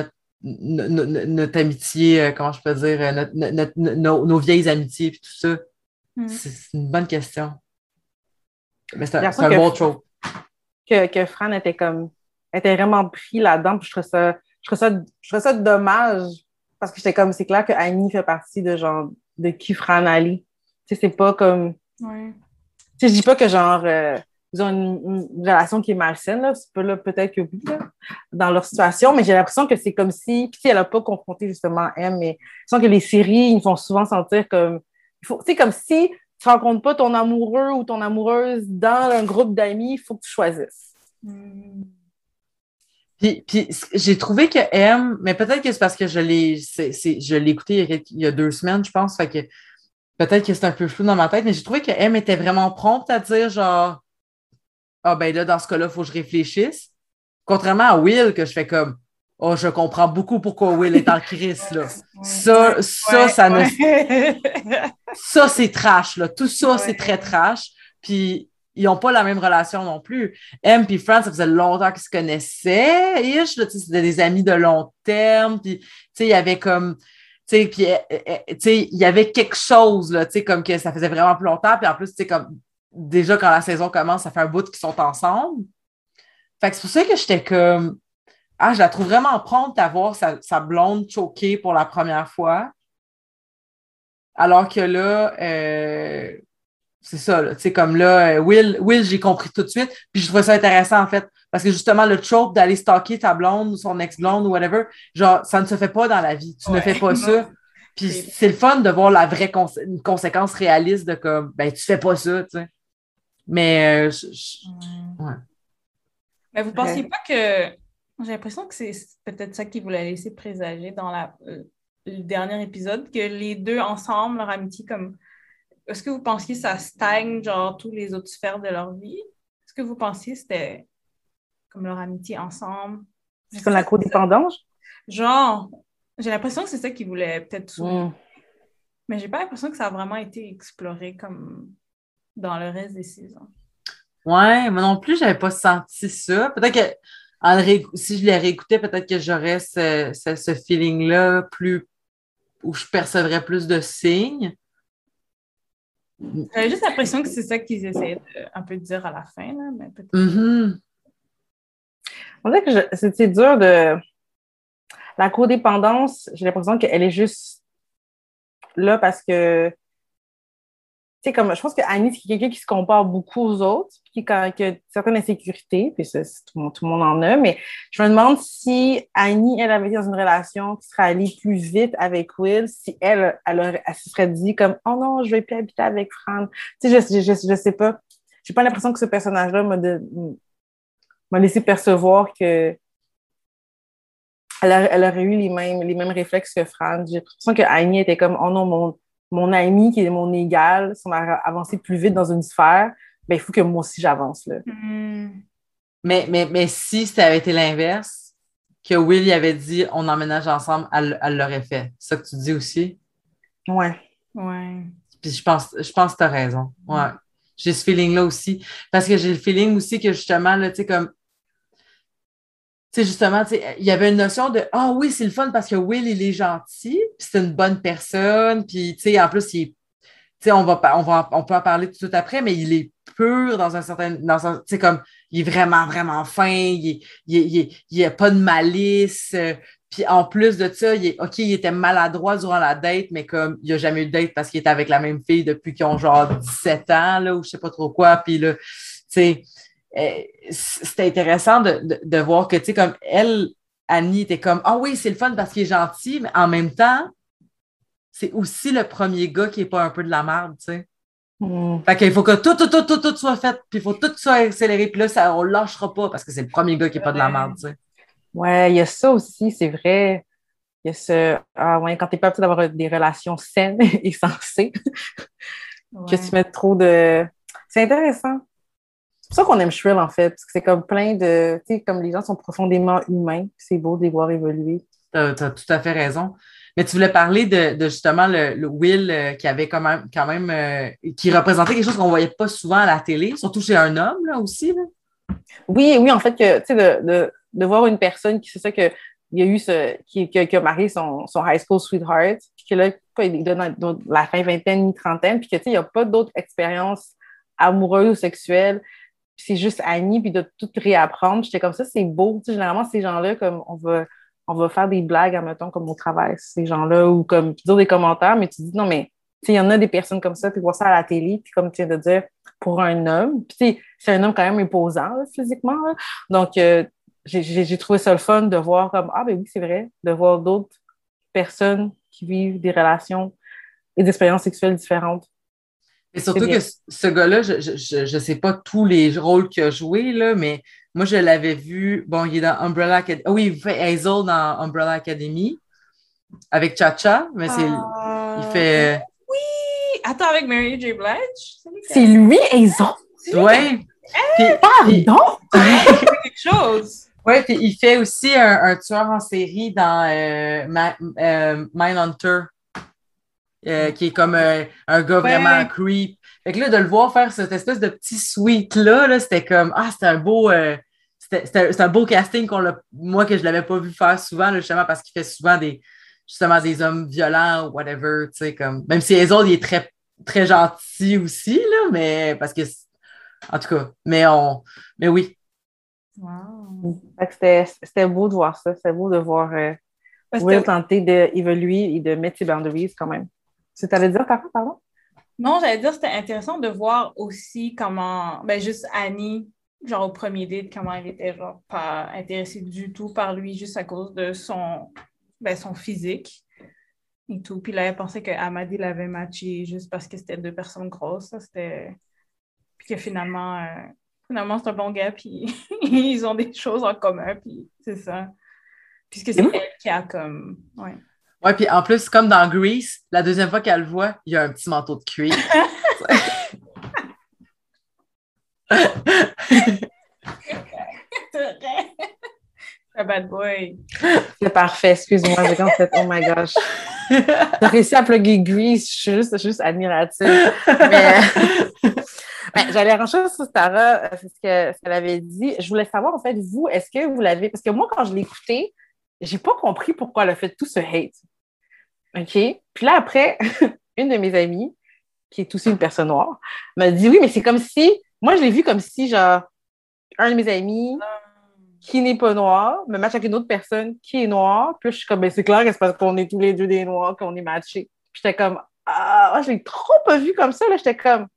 no- no- no- notre amitié, euh, comment je peux dire, euh, notre- notre- notre- nos, nos vieilles amitiés et tout ça? Mm. C'est c'est une bonne question. Mais c'est J'ai un, c'est l'impression un que, bon trope. que, que Fran était comme était vraiment pris là-dedans. Puis je trouve ça, je trouve ça, je trouve ça dommage parce que j'étais comme, c'est clair que Annie fait partie de genre de qui Fran Ali. Tu sais, c'est pas comme. Ouais. Tu sais, je dis pas que genre euh, ils ont une, une relation qui est malsaine, là. C'est pas là, peut-être que oui, là, dans leur situation, mais j'ai l'impression que c'est comme si. Puis elle a pas confronté justement M, mais je sens que les séries, ils me font souvent sentir comme. Il faut, tu sais, comme si tu rencontres pas ton amoureux ou ton amoureuse dans un groupe d'amis, il faut que tu choisisses. Mm. Puis, puis j'ai trouvé que M, mais peut-être que c'est parce que je l'ai, c'est, c'est, je l'ai écouté il y, a quelques, il y a deux semaines, je pense, fait que peut-être que c'est un peu flou dans ma tête, mais j'ai trouvé que M était vraiment prompte à dire genre, ah ben là, dans ce cas-là, il faut que je réfléchisse. Contrairement à Will, que je fais comme, oh, je comprends beaucoup pourquoi Will est en crise, là. Ça, ça, Ouais, ça ne, ouais. ça, c'est trash, là. Tout ça, Ouais. c'est très trash. Puis, ils n'ont pas la même relation non plus. M et Fran, ça faisait longtemps qu'ils se connaissaient. Ish, là, c'était des amis de long terme. Puis, tu sais, il y avait comme... Tu sais, puis, tu sais, il y avait quelque chose, là, tu sais, comme que ça faisait vraiment plus longtemps. Puis, en plus, tu sais, comme... Déjà, quand la saison commence, ça fait un bout qu'ils sont ensemble. Fait que c'est pour ça que j'étais comme... Ah, je la trouve vraiment prompte à voir sa, sa blonde choquée pour la première fois. Alors que là... Euh... C'est ça, là. Tu sais, comme là, Will, Will, j'ai compris tout de suite. Puis je trouvais ça intéressant, en fait. Parce que justement, le trope d'aller stalker ta blonde ou son ex-blonde ou whatever, genre, ça ne se fait pas dans la vie. Tu Ouais, ne fais pas non. ça. Puis c'est le fun de voir la vraie cons- une conséquence réaliste de comme, ben, tu fais pas ça, tu sais. Mais, euh, je, je- ouais. Mais vous ne pensiez pas que... J'ai l'impression que c'est peut-être ça qui vous l'a laissé présager dans la, euh, le dernier épisode, que les deux ensemble, leur amitié, comme... Est-ce que vous pensiez que ça stagne, genre, tous les autres sphères de leur vie? Est-ce que vous pensiez que c'était comme leur amitié ensemble? C'est comme la codépendance? Genre, j'ai l'impression que c'est ça qu'ils voulaient peut-être souligner. Mm. Mais j'ai pas l'impression que ça a vraiment été exploré comme dans le reste des saisons. Ouais, moi non plus, j'avais pas senti ça. Peut-être que en le ré- si je les réécoutais, peut-être que j'aurais ce, ce, ce feeling-là plus où je percevrais plus de signes. J'avais juste l'impression que c'est ça qu'ils essayaient de, un peu de dire à la fin, là, mais peut-être. Mm-hmm. On dirait que je- c'est c'est dur de... La codépendance, j'ai l'impression qu'elle est juste là parce que, tu sais, comme, je pense que Annie, c'est quelqu'un qui se compare beaucoup aux autres, puis qui, quand, qui a certaines insécurités, puis ça, c'est- tout, le monde- tout le monde en a, mais je me demande si Annie, elle avait été dans une relation qui serait allée plus vite avec Will, si elle, elle, aurait- elle se serait dit comme, oh non, je vais plus habiter avec Fran. Tu sais, je, je, je, je sais pas. J'ai pas l'impression que ce personnage-là m'a, de, m'a laissé percevoir que Elle, a, elle aurait eu les mêmes, les mêmes réflexes que Fran. J'ai l'impression que Annie était comme, oh non, mon, mon ami qui est mon égal, si on a avancé plus vite dans une sphère, ben il faut que moi aussi j'avance, là. Mm. Mais, mais, mais si ça avait été l'inverse, que Will y avait dit on emménage ensemble, elle, elle l'aurait fait. C'est ça que tu dis aussi? Ouais. Ouais. Puis je pense, je pense que tu as raison. Ouais. J'ai ce feeling-là aussi. Parce que j'ai le feeling aussi que justement, là, tu sais, comme tu sais, justement, tu sais, il y avait une notion de ah oui, c'est le fun parce que Will, il est gentil, puis c'est une bonne personne, puis tu sais, en plus, il est, tu sais, on va, on va, on peut en parler tout de suite après, mais il est pur dans un certain, dans un, tu sais, comme, il est vraiment, vraiment fin, il est, il est, il est, il a pas de malice, euh, puis en plus de ça, il est, OK, il était maladroit durant la date, mais comme, il a jamais eu de date parce qu'il était avec la même fille depuis qu'ils ont genre dix-sept ans, là, ou je sais pas trop quoi, puis là, tu sais, euh, c'était intéressant de, de, de voir que, tu sais, comme elle, Annie était comme, ah oui, c'est le fun parce qu'il est gentil, mais en même temps, c'est aussi le premier gars qui n'est pas un peu de la merde, tu sais. Mm. Fait qu'il faut que tout, tout, tout, tout, tout soit fait, puis il faut tout soit accéléré, puis là, ça, on ne lâchera pas parce que c'est le premier gars qui n'est pas de la merde, tu sais. Ouais, il y a ça aussi, c'est vrai. Il y a ce, ah ouais, quand t'es pas habitué d'avoir des relations saines et sensées, Ouais. que tu mets trop de... C'est intéressant. C'est pour ça qu'on aime Shrill, en fait, parce que c'est comme plein de... Tu sais, comme les gens sont profondément humains, puis c'est beau de les voir évoluer. T'as, t'as tout à fait raison. Mais tu voulais parler de, de justement le, le Will euh, qui avait quand même, quand même euh, qui représentait quelque chose qu'on ne voyait pas souvent à la télé, surtout chez un homme, là, aussi, là. Oui, oui, en fait, que, tu sais, de, de, de voir une personne qui, c'est ça, que il y a eu ce, qui, qui, qui a marié son, son high school sweetheart, puis que là, il est dans, dans la fin vingtaine, mi-trentaine, puis que, tu sais, il n'y a pas d'autres expériences amoureuses ou sexuelles, puis c'est juste Annie, puis de tout réapprendre. J'étais comme ça, c'est beau. Tu sais, généralement, ces gens-là, comme on va, on va faire des blagues, admettons, comme au travail, ces gens-là, ou comme dire des commentaires, mais tu dis, non, mais, tu sais, il y en a des personnes comme ça, puis voir ça à la télé, puis comme tu viens de dire, pour un homme, puis tu sais, c'est un homme quand même imposant, là, physiquement, là. Donc, euh, J'ai, j'ai, j'ai trouvé ça le fun de voir comme, ah ben oui, c'est vrai, de voir d'autres personnes qui vivent des relations et des expériences sexuelles différentes. Et surtout que ce gars-là, je je, je sais pas tous les rôles qu'il a joué, là, mais moi, je l'avais vu, bon, il est dans Umbrella Academy. Ah oui, il fait Hazel dans Umbrella Academy avec Cha-Cha, mais c'est, Euh, il fait... Oui! Attends, avec Mary J. Blige? C'est lui, Hazel? Oui! Pardon? Quelque chose! Oui, puis il fait aussi un, un tueur en série dans euh, Ma, euh, Mindhunter, euh, qui est comme euh, un gars vraiment Ouais. creep. Fait que là, de le voir faire cette espèce de petit sweet-là, là, c'était comme, ah, c'était un beau, euh, c'était, c'était, c'était un beau casting qu'on l'a, moi, que je l'avais pas vu faire souvent, là, justement, parce qu'il fait souvent des, justement, des hommes violents ou whatever, tu sais, comme, même si les autres, il est très, très gentil aussi, là, mais, parce que, en tout cas, mais on, mais oui. Wow. Fait que c'était, c'était beau de voir ça. C'était beau de voir euh, Parce Will que- tenter d'évoluer et de mettre ses boundaries quand même. Tu allais dire, par contre, pardon? Non, j'allais dire, c'était intéressant de voir aussi comment, ben juste Annie, genre au premier date, comment elle était genre pas intéressée du tout par lui juste à cause de son, ben, son physique et tout. Puis là, elle pensait que Amadi l'avait matché juste parce que c'était deux personnes grosses. Ça, c'était... Puis que finalement, euh, finalement, c'est un bon gars, puis ils ont des choses en commun, puis c'est ça. Puisque c'est Mmh. elle qui a comme... Ouais. Ouais, puis en plus, comme dans Grease, la deuxième fois qu'elle le voit, il y a un petit manteau de cuir. Un bad boy. C'est parfait, excuse-moi, j'ai comme fait, oh my gosh. T'as réussi à plugger Grease, je suis juste, je suis juste admirative. Mais, ben, j'allais rentrer sur Sarah, c'est ce que- ce qu'elle avait dit. Je voulais savoir, en fait, vous, est-ce que vous l'avez... Parce que moi, quand je l'ai écouté, j'ai pas compris pourquoi elle a fait tout ce hate. OK? Puis là, après, une de mes amies, qui est aussi une personne noire, m'a dit, oui, mais c'est comme si... Moi, je l'ai vu comme si, genre, un de mes amis qui n'est pas noir me match avec une autre personne qui est noire. Puis là, je suis comme, ben, c'est clair que c'est parce qu'on est tous les deux des noirs qu'on est matchés. Puis j'étais comme, ah, je l'ai trop pas vu comme ça. Là, j'étais comme...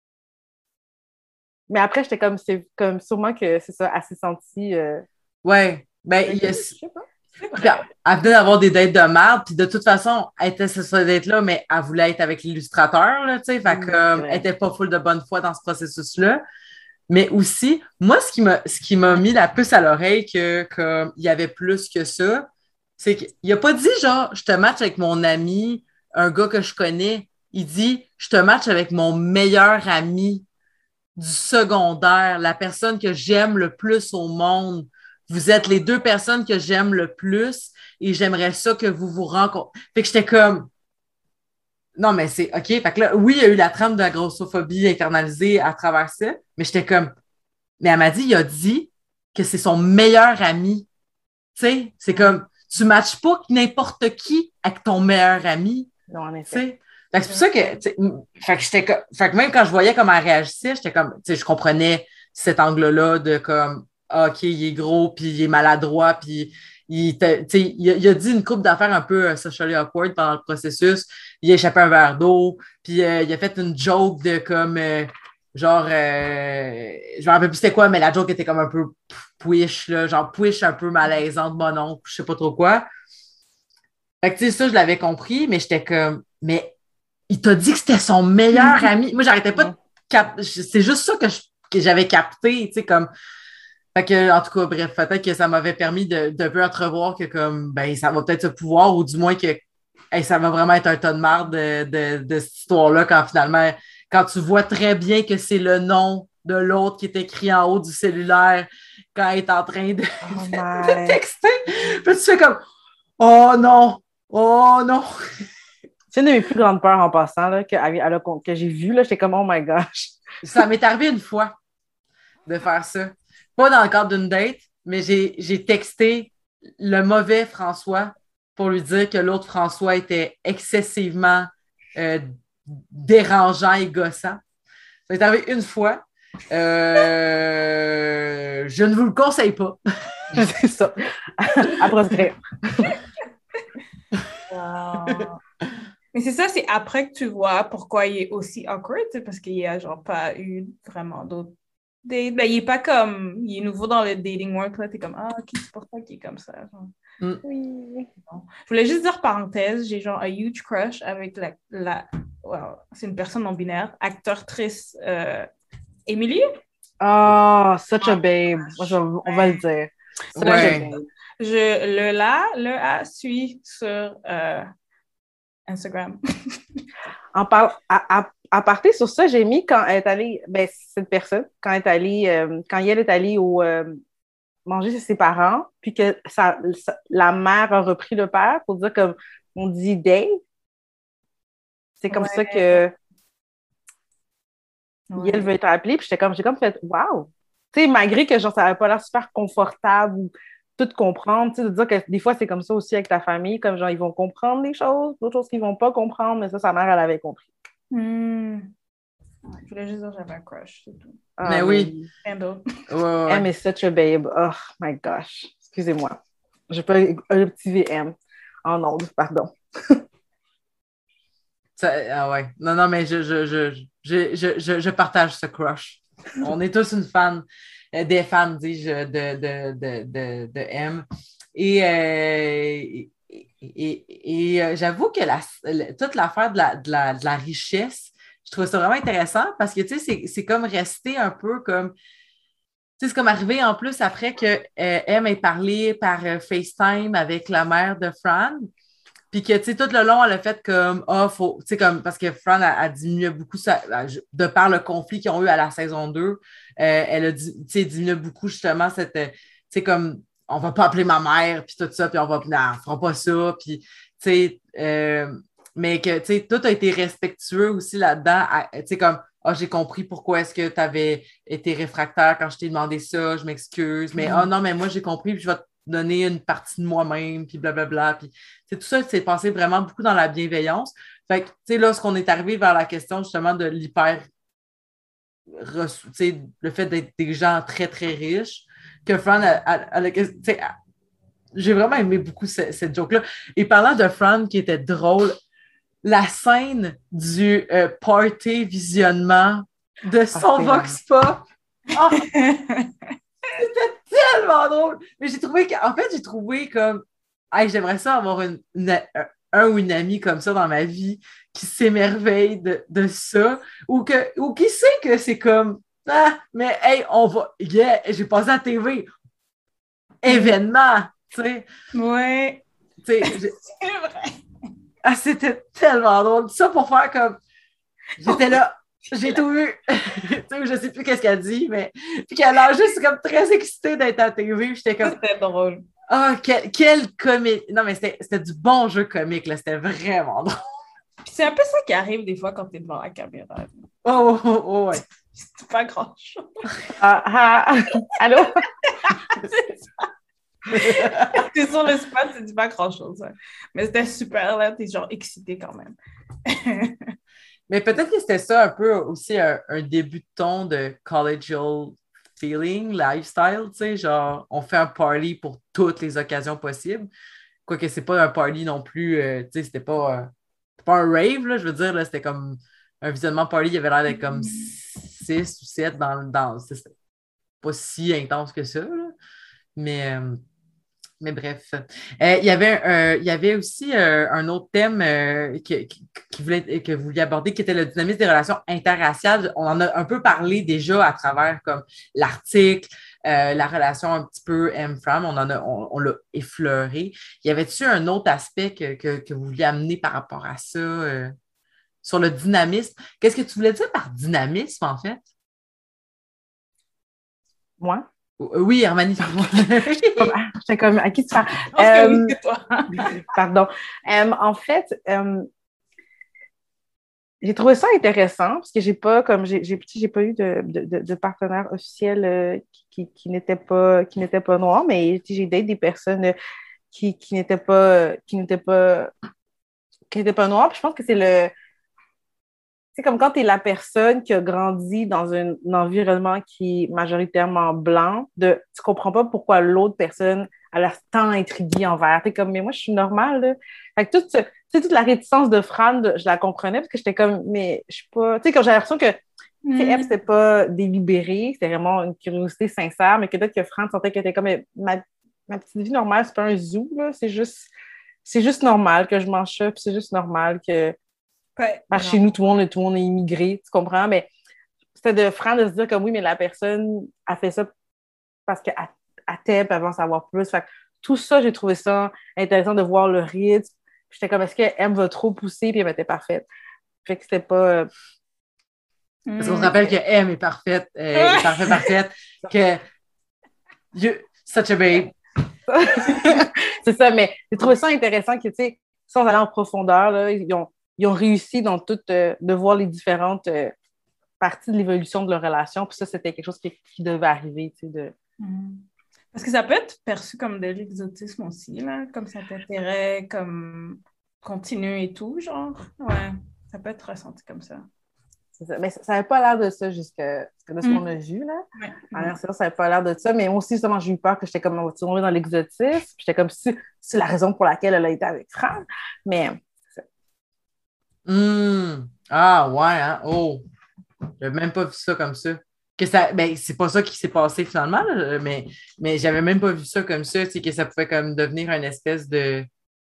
Mais après, j'étais comme, c'est comme sûrement que c'est ça, elle s'est sentie... Euh... Ouais, ben, il y a... Je sais pas. Puis, elle venait d'avoir des dates de merde, puis de toute façon, elle était sur cette date-là, mais elle voulait être avec l'illustrateur, là, tu sais, fait Mmh, que, euh, ouais. elle était pas full de bonne foi dans ce processus-là. Mais aussi, moi, ce qui m'a, ce qui m'a mis la puce à l'oreille que, comme, il y avait plus que ça, c'est qu'il a pas dit, genre, je te match avec mon ami, un gars que je connais. Il dit, je te match avec mon meilleur ami du secondaire, la personne que j'aime le plus au monde. Vous êtes les deux personnes que j'aime le plus et j'aimerais ça que vous vous rencontrez. Fait que j'étais comme, non, mais c'est OK. Fait que là, oui, il y a eu la trame de la grossophobie internalisée à travers ça, mais j'étais comme, mais elle m'a dit, il a dit que c'est son meilleur ami. Tu sais, c'est comme, tu matches pas n'importe qui avec ton meilleur ami. Non, en Tu effet. sais. Fait que c'est pour ça que, tu sais, fait que j'étais comme, fait que même quand je voyais comment elle réagissait, j'étais comme, tu sais, je comprenais cet angle-là de comme, ah, OK, il est gros, puis il est maladroit, puis il, te- tu sais, il, a, il a dit une couple d'affaires un peu euh, socially awkward pendant le processus. Il a échappé un verre d'eau, puis euh, il a fait une joke de comme, euh, genre, euh, je me rappelle plus c'était quoi, mais la joke était comme un peu push, là, genre push un peu malaisante, mon oncle, je sais pas trop quoi. Fait que, tu sais, ça, je l'avais compris, mais j'étais comme, mais il t'a dit que c'était son meilleur ami. Moi, j'arrêtais pas de cap... C'est juste ça que, je- que j'avais capté, tu sais, comme. Fait que, en tout cas, bref, peut-être que ça m'avait permis de, de peu entrevoir que, comme, ben, ça va peut-être se pouvoir, ou du moins que, hey, ça va vraiment être un tas de marde de, de, de cette histoire-là, quand finalement, quand tu vois très bien que c'est le nom de l'autre qui est écrit en haut du cellulaire quand elle est en train de, Oh de my. texter. Puis tu fais comme, oh non, oh non. C'est une de mes plus grandes peurs en passant, là, que, elle a- que j'ai vu, là, j'étais comme, oh my gosh. Ça m'est arrivé une fois de faire ça. Pas dans le cadre d'une date, mais j'ai, j'ai texté le mauvais François pour lui dire que l'autre François était excessivement euh, dérangeant et gossant. Ça est arrivé une fois. Euh, je ne vous le conseille pas. C'est ça. À proscrire. Wow. Mais c'est ça, c'est après que tu vois pourquoi il est aussi awkward, parce qu'il n'y a genre pas eu vraiment d'autres dates. Ben, il est pas comme, il est nouveau dans le dating world, là, t'es comme, ah, ok, c'est pour ça qu'il est comme ça. Genre. Mm. Oui. Non. Je voulais juste dire, parenthèse, j'ai genre un huge crush avec la, la well, c'est une personne non-binaire, acteur-trice euh, Emily. Oh, such a babe. Moi, je, on va le dire. Such Ouais. a babe. Je le la, le a suit sur euh, Instagram. En parle, à, à, à partir sur ça, j'ai mis quand elle est allée, ben, cette personne, quand elle est allée, euh, quand elle est allée au, euh, manger chez ses parents, puis que ça, ça, la mère a repris le père pour dire comme on dit Dave. C'est comme Ouais. ça que Ouais. elle veut être appelée, puis j'étais comme, j'ai comme fait wow! Tu sais, malgré que genre, ça n'avait pas l'air super confortable ou tout comprendre, tu sais, de dire que des fois, c'est comme ça aussi avec ta famille, comme genre, ils vont comprendre les choses, d'autres choses qu'ils vont pas comprendre, mais ça, sa mère, elle avait compris. Hmm. Ouais, je voulais juste dire que j'avais un crush, c'est tout. Ah, mais Ah, oui. Rien d'autre. Ouais, ouais. M est such a babe. Oh my gosh. Excusez-moi. Je peux un petit V M en ondes, pardon. Ça, ah ouais. Non, non, mais je, je, je, je, je, je, je partage ce crush. On est tous une fan, euh, des fans, dis-je, de, de, de, de, de M. Et, euh, et, et, et, euh, j'avoue que la, la, toute l'affaire de la, de, la, de la richesse, je trouve ça vraiment intéressant parce que, tu sais, c'est, c'est comme rester un peu comme... Tu sais, c'est comme arrivé en plus après que euh, M ait parlé par euh, FaceTime avec la mère de Fran. Puis que, tu sais, tout le long, elle a fait comme, ah, oh, faut, tu sais, comme, parce que Fran a, a diminué beaucoup, ça, de par le conflit qu'ils ont eu à la saison deux, euh, elle a, tu sais, diminué beaucoup, justement, cette, tu sais, comme, on va pas appeler ma mère, puis tout ça, puis on va, non, on fera pas ça, puis, tu sais, euh, mais que, tu sais, tout a été respectueux aussi là-dedans, tu sais, comme, ah, oh, j'ai compris pourquoi est-ce que tu avais été réfractaire quand je t'ai demandé ça, je m'excuse, mais, ah, mm. oh, non, mais moi, j'ai compris, puis je vais te donner une partie de moi-même, puis blablabla, puis c'est tout ça, c'est passé vraiment beaucoup dans la bienveillance. Fait que, tu sais, lorsqu'on est arrivé vers la question, justement, de l'hyper, tu sais, le fait d'être des gens très, très riches, que Fran, a, a, a, a, tu sais, j'ai vraiment aimé beaucoup ce, cette joke-là. Et parlant de Fran, qui était drôle, la scène du euh, party visionnement de son ah, Vox Pop, oh, c'était tellement drôle. Mais j'ai trouvé qu'en fait, j'ai trouvé comme hey, j'aimerais ça avoir une, une, un ou une amie comme ça dans ma vie qui s'émerveille de, de ça ou, que, ou qui sait que c'est comme ah, mais hey, on va. Yeah, j'ai passé à la T V. Événement, tu sais. Ouais. C'est vrai. Ah, c'était tellement drôle. Ça pour faire comme. J'étais là. J'ai tout vu. Je sais plus qu'est-ce qu'elle dit, mais. Puis qu'elle a juste comme très excitée d'être à la T V. J'étais comme. C'était drôle. Ah, oh, quel, quel comique. Non, mais c'était, c'était du bon jeu comique, là. C'était vraiment drôle. Puis c'est un peu ça qui arrive des fois quand t'es devant la caméra. Oh, oh, oh, ouais. C'est pas grand-chose. Ah, ah, allô? C'est ça. T'es sur le spot, c'est pas grand-chose. Hein. Mais c'était super, là. T'es genre excité quand même. Mais peut-être que c'était ça un peu aussi un, un début de ton de collegial feeling, lifestyle, tu sais, genre, on fait un party pour toutes les occasions possibles. Quoique c'est pas un party non plus, euh, tu sais, c'était pas, euh, pas un rave, là, je veux dire, là, c'était comme un visionnement party, il y avait l'air d'être comme six ou sept dans, dans c'était pas si intense que ça, là. Mais, euh, mais bref. Euh, il, y avait, euh, il y avait aussi euh, un autre thème euh, que, qui, qui voulait, que vous vouliez aborder, qui était le dynamisme des relations interraciales. On en a un peu parlé déjà à travers comme l'article, euh, la relation un petit peu M-Fram, on, en a, on, on l'a effleuré. Y avait-tu un autre aspect que, que, que vous vouliez amener par rapport à ça, euh, sur le dynamisme? Qu'est-ce que tu voulais dire par dynamisme, en fait? Moi? Oui, Armani. J'étais comme, à qui tu parles? Je pense que oui, c'est toi. Pardon. Um, en fait, um, j'ai trouvé ça intéressant parce que j'ai pas, comme j'ai, j'ai, j'ai pas eu de, de, de, de partenaire officiel euh, qui, qui, qui n'était pas, qui n'était pas noir, mais j'ai daté des personnes euh, qui, qui n'étaient pas, qui n'étaient pas, qui n'étaient pas noires. Puis je pense que c'est le, c'est comme quand tu es la personne qui a grandi dans un, un environnement qui est majoritairement blanc, de, tu comprends pas pourquoi l'autre personne a l'air tant intriguée envers. Tu es comme, mais moi, je suis normale. Là. Fait que toute, ce, toute la réticence de Fran, je la comprenais parce que j'étais comme, mais je suis pas. Tu sais, quand j'ai l'impression que mm. elle, c'était pas délibéré, c'était vraiment une curiosité sincère, mais que peut-être que Fran sentait qu'elle était comme, ma, ma petite vie normale, c'est pas un zoo, là. C'est juste, c'est juste normal que je mange ça, puis c'est juste normal que. Ouais, Par chez nous, tout le monde, tout le monde est immigré, tu comprends? Mais c'était de franc de se dire comme oui, mais la personne a fait ça parce qu'elle t'aime avant de savoir plus. Fait que tout ça, j'ai trouvé ça intéressant de voir le rythme. J'étais comme, est-ce qu'elle va trop pousser? Puis elle était parfaite. Fait que c'était pas... Euh... Parce qu'on se rappelle que M est parfaite, euh, est parfaite, parfaite, que you, such a babe. C'est ça, mais j'ai trouvé ça intéressant que, tu sais, sans aller en profondeur, là, ils ont Ils ont réussi dans tout, euh, de voir les différentes euh, parties de l'évolution de leur relation. Puis ça, c'était quelque chose qui, qui devait arriver, tu sais, de... Mm. Parce que ça peut être perçu comme de l'exotisme aussi, là, comme cet intérêt, comme continu et tout, genre. Ouais, ça peut être ressenti comme ça. C'est ça. Mais ça n'avait pas l'air de ça jusqu'à de ce mm. qu'on a vu, là. Ouais. Alors, ça n'avait pas l'air de ça. Mais moi aussi, justement, j'ai eu peur que j'étais comme, on va tomber dans l'exotisme. Puis j'étais comme, c'est, c'est la raison pour laquelle elle a été avec Fran. Mais... Mmh. Ah, ouais, hein? Oh! J'avais même pas vu ça comme ça. Que ça ben, c'est pas ça qui s'est passé finalement, là, mais, mais j'avais même pas vu ça comme ça, tu sais, que ça pouvait comme devenir une espèce de...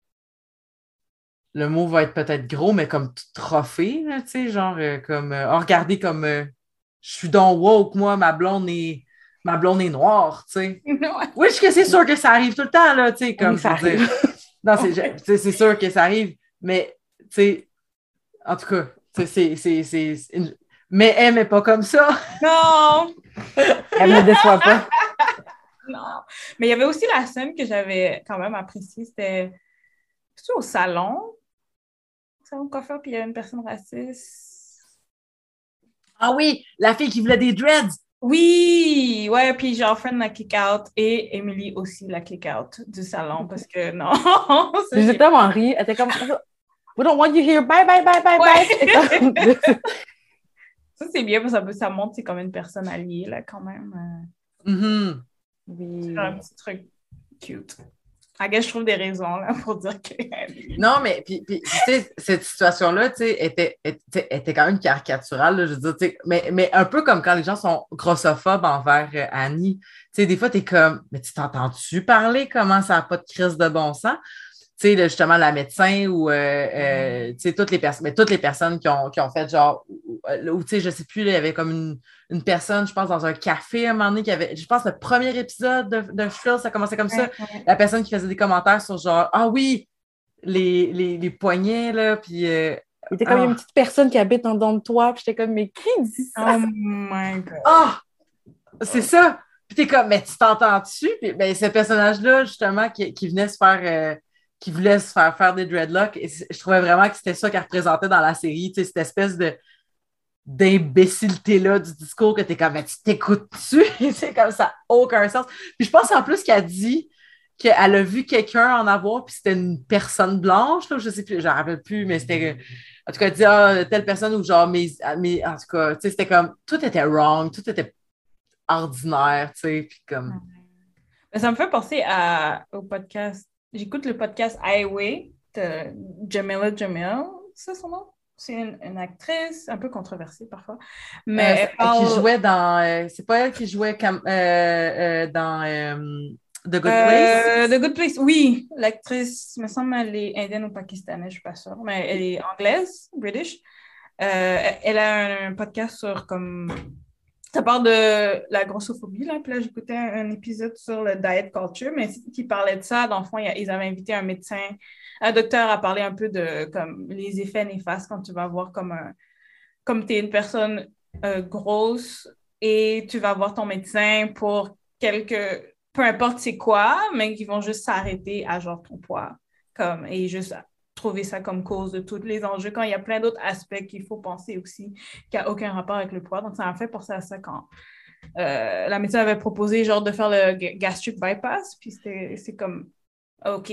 Le mot va être peut-être gros, mais comme trophée, tu sais, genre euh, comme... Euh, oh, regardez comme... Euh, je suis donc woke, moi, ma blonde est... Ma blonde est noire, tu sais. Oui, je que c'est sûr que ça arrive tout le temps, là, tu sais, comme... Oui, ça arrive. Non, c'est, c'est sûr que ça arrive, mais, tu sais... En tout cas, c'est, c'est, c'est, c'est une... mais elle n'est pas comme ça. Non! Elle ne me déçoit pas. Non. Mais il y avait aussi la scène que j'avais quand même appréciée. C'était, c'était au salon. Au salon de coiffeur, puis il y avait une personne raciste. Ah oui, la fille qui voulait des dreads. Oui! Ouais, puis genre, Friend la kick-out et Emily aussi la kick-out du salon parce que non. J'ai tellement ri. Elle était comme... We don't want you here. Bye, bye, bye, bye, ouais. bye. Ça, c'est bien parce que ça, ça montre c'est comme une personne alliée, là, quand même. Mm-hmm. Oui. C'est un petit truc cute. I guess je trouve des raisons, là, pour dire que... Non, mais, puis, puis tu sais, cette situation-là, tu sais, était, était, était quand même caricaturale, là, je veux dire, tu sais, mais, mais un peu comme quand les gens sont grossophobes envers euh, Annie. Tu sais, des fois, t'es comme, mais tu t'entends-tu parler? Comment ça n'a pas de crise de bon sens? Tu sais, justement, la médecin ou, euh, euh, tu sais, toutes les personnes, mais toutes les personnes qui ont, qui ont fait genre, ou, ou tu sais, je sais plus, là, il y avait comme une, une personne, je pense, dans un café à un moment donné, qui avait, je pense, le premier épisode de, de Shrill, ça commençait comme ça. Ouais, ouais. La personne qui faisait des commentaires sur genre, ah oui, les, les, les poignets, là, puis. Euh, il était comme oh. une petite personne qui habite en don de toi, puis j'étais comme, mais qui dit ça? Oh my God. Ah! Oh, c'est ça! Puis t'es comme, mais tu t'entends-tu? Puis, ben, ce personnage-là, justement, qui, qui venait se faire. Euh, qui voulait se faire faire des dreadlocks. Et je trouvais vraiment que c'était ça qu'elle représentait dans la série, tu sais, cette espèce de d'imbécilité-là du discours que t'es comme, mais tu t'écoutes-tu? C'est comme ça, aucun sens. Puis je pense en plus qu'elle dit qu'elle a vu quelqu'un en avoir, puis c'était une personne blanche, là, je sais plus, je ne me rappelle plus, mais c'était, en tout cas, elle dit, ah, telle personne, ou genre, mais, mais en tout cas, tu sais, c'était comme, tout était wrong, tout était ordinaire, tu sais, puis comme... Ça me fait penser à, au podcast. J'écoute le podcast Highway de Jamila Jamil, c'est son nom? C'est une, une actrice un peu controversée parfois. Mais euh, elle parle... Qui jouait dans... Euh, c'est pas elle qui jouait cam... euh, euh, dans euh, The Good Place? Euh, The Good Place, oui. L'actrice, il me semble, elle est indienne ou pakistanaise, je ne suis pas sûre, mais elle est anglaise, british. Euh, elle a un podcast sur comme... Ça parle de la grossophobie, là. Puis là, j'écoutais un, un épisode sur le diet culture, mais qui parlait de ça. Dans le fond, il y a, ils avaient invité un médecin, un docteur à parler un peu de comme, les effets néfastes quand tu vas voir comme, un, comme tu es une personne euh, grosse et tu vas voir ton médecin pour quelques... Peu importe c'est quoi, mais qui vont juste s'arrêter à genre ton poids. Comme, et juste trouver ça comme cause de tous les enjeux, quand il y a plein d'autres aspects qu'il faut penser aussi, qui n'ont aucun rapport avec le poids. Donc, ça m'a fait penser à ça quand euh, la médecine avait proposé genre de faire le gastric bypass, puis c'était, c'est comme, OK.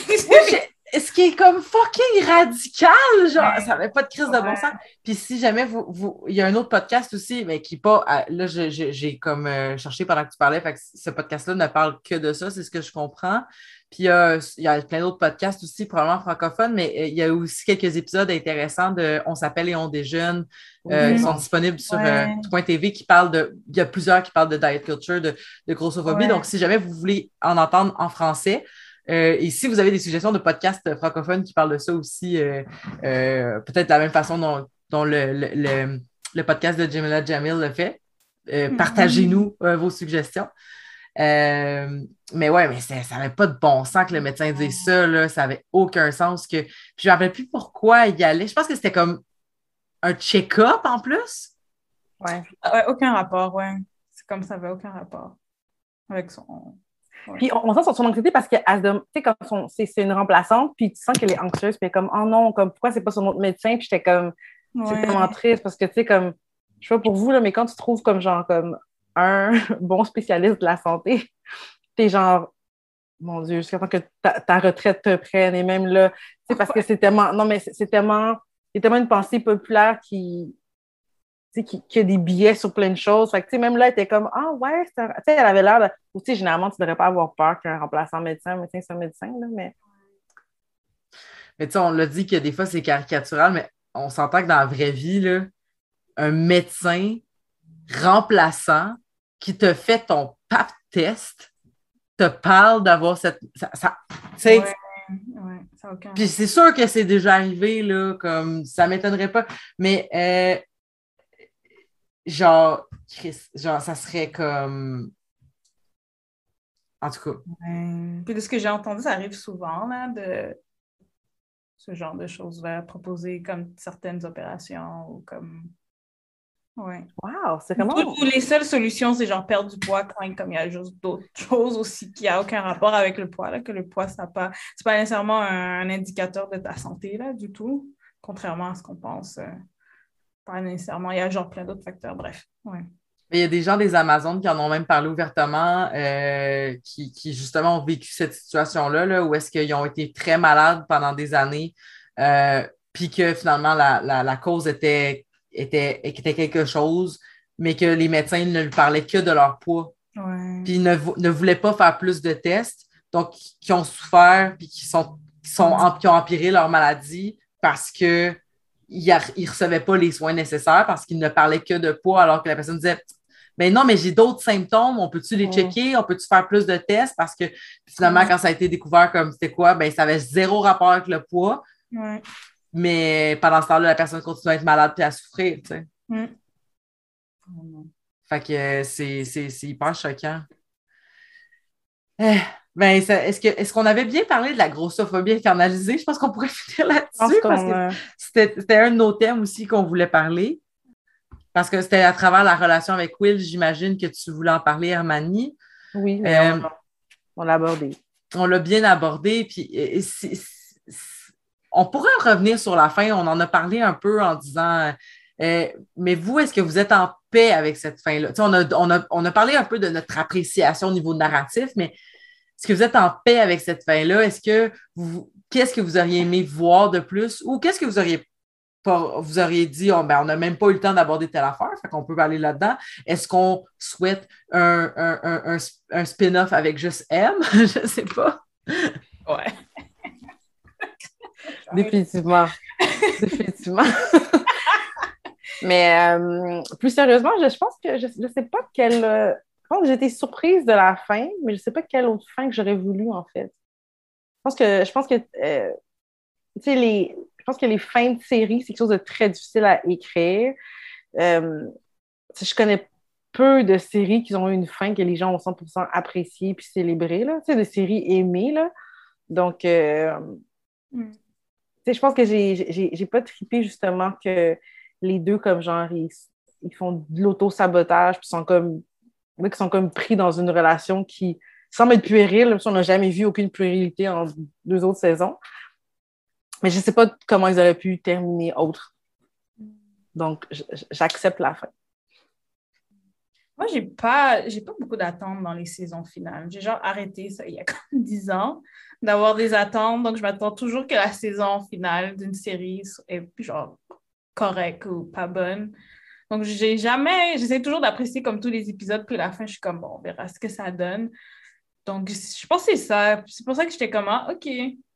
Ce qui est comme fucking radical, genre, ouais. ça n'avait pas de crise ouais. de bon sens. Puis si jamais vous, vous, il y a un autre podcast aussi, mais qui pas, là, je, je, j'ai comme euh, cherché pendant que tu parlais, fait que ce podcast-là ne parle que de ça, c'est ce que je comprends. Puis euh, il y a plein d'autres podcasts aussi, probablement francophones, mais euh, il y a aussi quelques épisodes intéressants de On s'appelle et on déjeune. Euh, Mm-hmm. Ils sont disponibles sur ouais. euh, tout point T V qui parlent de, il y a plusieurs qui parlent de diet culture, de, de grossophobie. Ouais. Donc, si jamais vous voulez en entendre en français, Euh, et si vous avez des suggestions de podcasts francophones qui parlent de ça aussi, euh, euh, peut-être de la même façon dont, dont le, le, le, le podcast de Jamila Jamil le fait, euh, mm-hmm. partagez-nous euh, vos suggestions. Euh, mais ouais, mais ça n'avait pas de bon sens que le médecin dise ça, là, ça n'avait aucun sens. Que... Puis je ne me rappelle plus pourquoi il y allait. Je pense que c'était comme un check-up en plus. Ouais. ouais aucun rapport, ouais. C'est comme ça n'avait aucun rapport avec son... Ouais. Puis on, on sent son, son anxiété parce que tu sais, comme son, c'est, c'est une remplaçante, puis tu sens qu'elle est anxieuse, puis elle est comme oh non, comme pourquoi c'est pas son autre médecin, puis j'étais comme ouais. c'est tellement triste parce que tu sais, comme je sais pas pour vous, là, mais quand tu trouves comme genre comme un bon spécialiste de la santé, t'es genre mon Dieu, jusqu'à temps que ta, ta retraite te prenne, et même là, tu sais, parce que c'est tellement non, mais c'est, c'est tellement, il y a tellement une pensée populaire qui. Tu sais, qui, qui a des billets sur plein de choses. Fait que, tu sais, même là, elle était comme, ah ouais, tu sais, elle avait l'air de. Ou, tu sais, généralement, tu ne devrais pas avoir peur qu'un remplaçant médecin, un médecin, c'est un médecin, là, mais. Mais, tu sais, on l'a dit que des fois, c'est caricatural, mais on s'entend que dans la vraie vie, là, un médecin remplaçant qui te fait ton pap test te parle d'avoir cette. Ça, ça, tu sais. Ouais. Ouais, ça aucun puis c'est sûr que c'est déjà arrivé, là, comme ça ne m'étonnerait pas. Mais. Euh, Genre, Chris, genre, ça serait comme... En tout cas. Ouais. Puis de ce que j'ai entendu, ça arrive souvent, là, de ce genre de choses-là, proposer comme certaines opérations ou comme... Ouais. Wow, c'est vraiment... Toutes les seules solutions, c'est genre perdre du poids quand comme il y a juste d'autres choses aussi qui n'ont aucun rapport avec le poids, là, que le poids, ça pas... C'est pas nécessairement un, un indicateur de ta santé, là, du tout, contrairement à ce qu'on pense... Euh... Pas nécessairement. Il y a genre plein d'autres facteurs. Bref. Ouais. Mais il y a des gens des Amazones qui en ont même parlé ouvertement, euh, qui, qui justement ont vécu cette situation-là, là, où est-ce qu'ils ont été très malades pendant des années, euh, puis que finalement la, la, la cause était, était, était quelque chose, mais que les médecins ne lui parlaient que de leur poids. Ouais. Puis ils ne, ne voulaient pas faire plus de tests, donc qui ont souffert, puis qui, sont, qui, sont, qui ont empiré leur maladie parce que il ne recevait pas les soins nécessaires parce qu'il ne parlait que de poids, alors que la personne disait ben non, mais j'ai d'autres symptômes, on peut-tu les checker, on peut-tu faire plus de tests? Parce que finalement, quand ça a été découvert comme c'était quoi, ben ça avait zéro rapport avec le poids. Ouais. Mais pendant ce temps-là, la personne continue à être malade et à souffrir, tu sais. Mm. Fait que c'est, c'est, c'est hyper choquant. Eh. Ben, ça, est-ce, que, est-ce qu'on avait bien parlé de la grossophobie internalisée? Je pense qu'on pourrait finir là-dessus parce que euh... c'était, c'était un de nos thèmes aussi qu'on voulait parler. Parce que c'était à travers la relation avec Will, j'imagine que tu voulais en parler, Hermanie. Oui, mais euh, on, on l'a abordé. On l'a bien abordé. Puis c'est, c'est, on pourrait revenir sur la fin. On en a parlé un peu en disant euh, mais vous, est-ce que vous êtes en paix avec cette fin-là? Tu sais, on a, on a, on a parlé un peu de notre appréciation au niveau narratif, mais est-ce que vous êtes en paix avec cette fin-là? Est-ce que vous, qu'est-ce que vous auriez aimé voir de plus? Ou qu'est-ce que vous auriez pas, vous auriez dit, oh, ben, on n'a même pas eu le temps d'aborder telle affaire, fait qu'on peut aller là-dedans. Est-ce qu'on souhaite un, un, un, un, un spin-off avec juste M? Je ne sais pas. Ouais. Définitivement. Définitivement. Mais euh, plus sérieusement, je, je pense que je ne sais pas quelle... Euh, Je pense que j'ai été surprise de la fin, mais je ne sais pas quelle autre fin que j'aurais voulu, en fait. Je pense que, je pense que, euh, tu sais, les, je pense que les fins de série, c'est quelque chose de très difficile à écrire. Euh, je connais peu de séries qui ont eu une fin que les gens ont cent pour cent appréciée puis célébrée, là. Tu sais, de séries aimées, là. Donc, euh, mm. tu sais, je pense que j'ai, j'ai, j'ai pas trippé, justement, que les deux, comme genre, ils, ils font de l'auto-sabotage puis sont comme qui sont comme pris dans une relation qui semble être puérile, même si on n'a jamais vu aucune puérilité en deux autres saisons. Mais je ne sais pas comment ils auraient pu terminer autre. Donc, j'accepte la fin. Moi, j'ai pas, j'ai pas beaucoup d'attentes dans les saisons finales. J'ai genre arrêté ça il y a comme dix ans d'avoir des attentes. Donc, je m'attends toujours que la saison finale d'une série est genre correcte ou pas bonne. Donc, j'ai jamais, j'essaie toujours d'apprécier comme tous les épisodes, puis à la fin, je suis comme, bon, on verra ce que ça donne. Donc, je pense que c'est ça. C'est pour ça que j'étais comme, ah, OK.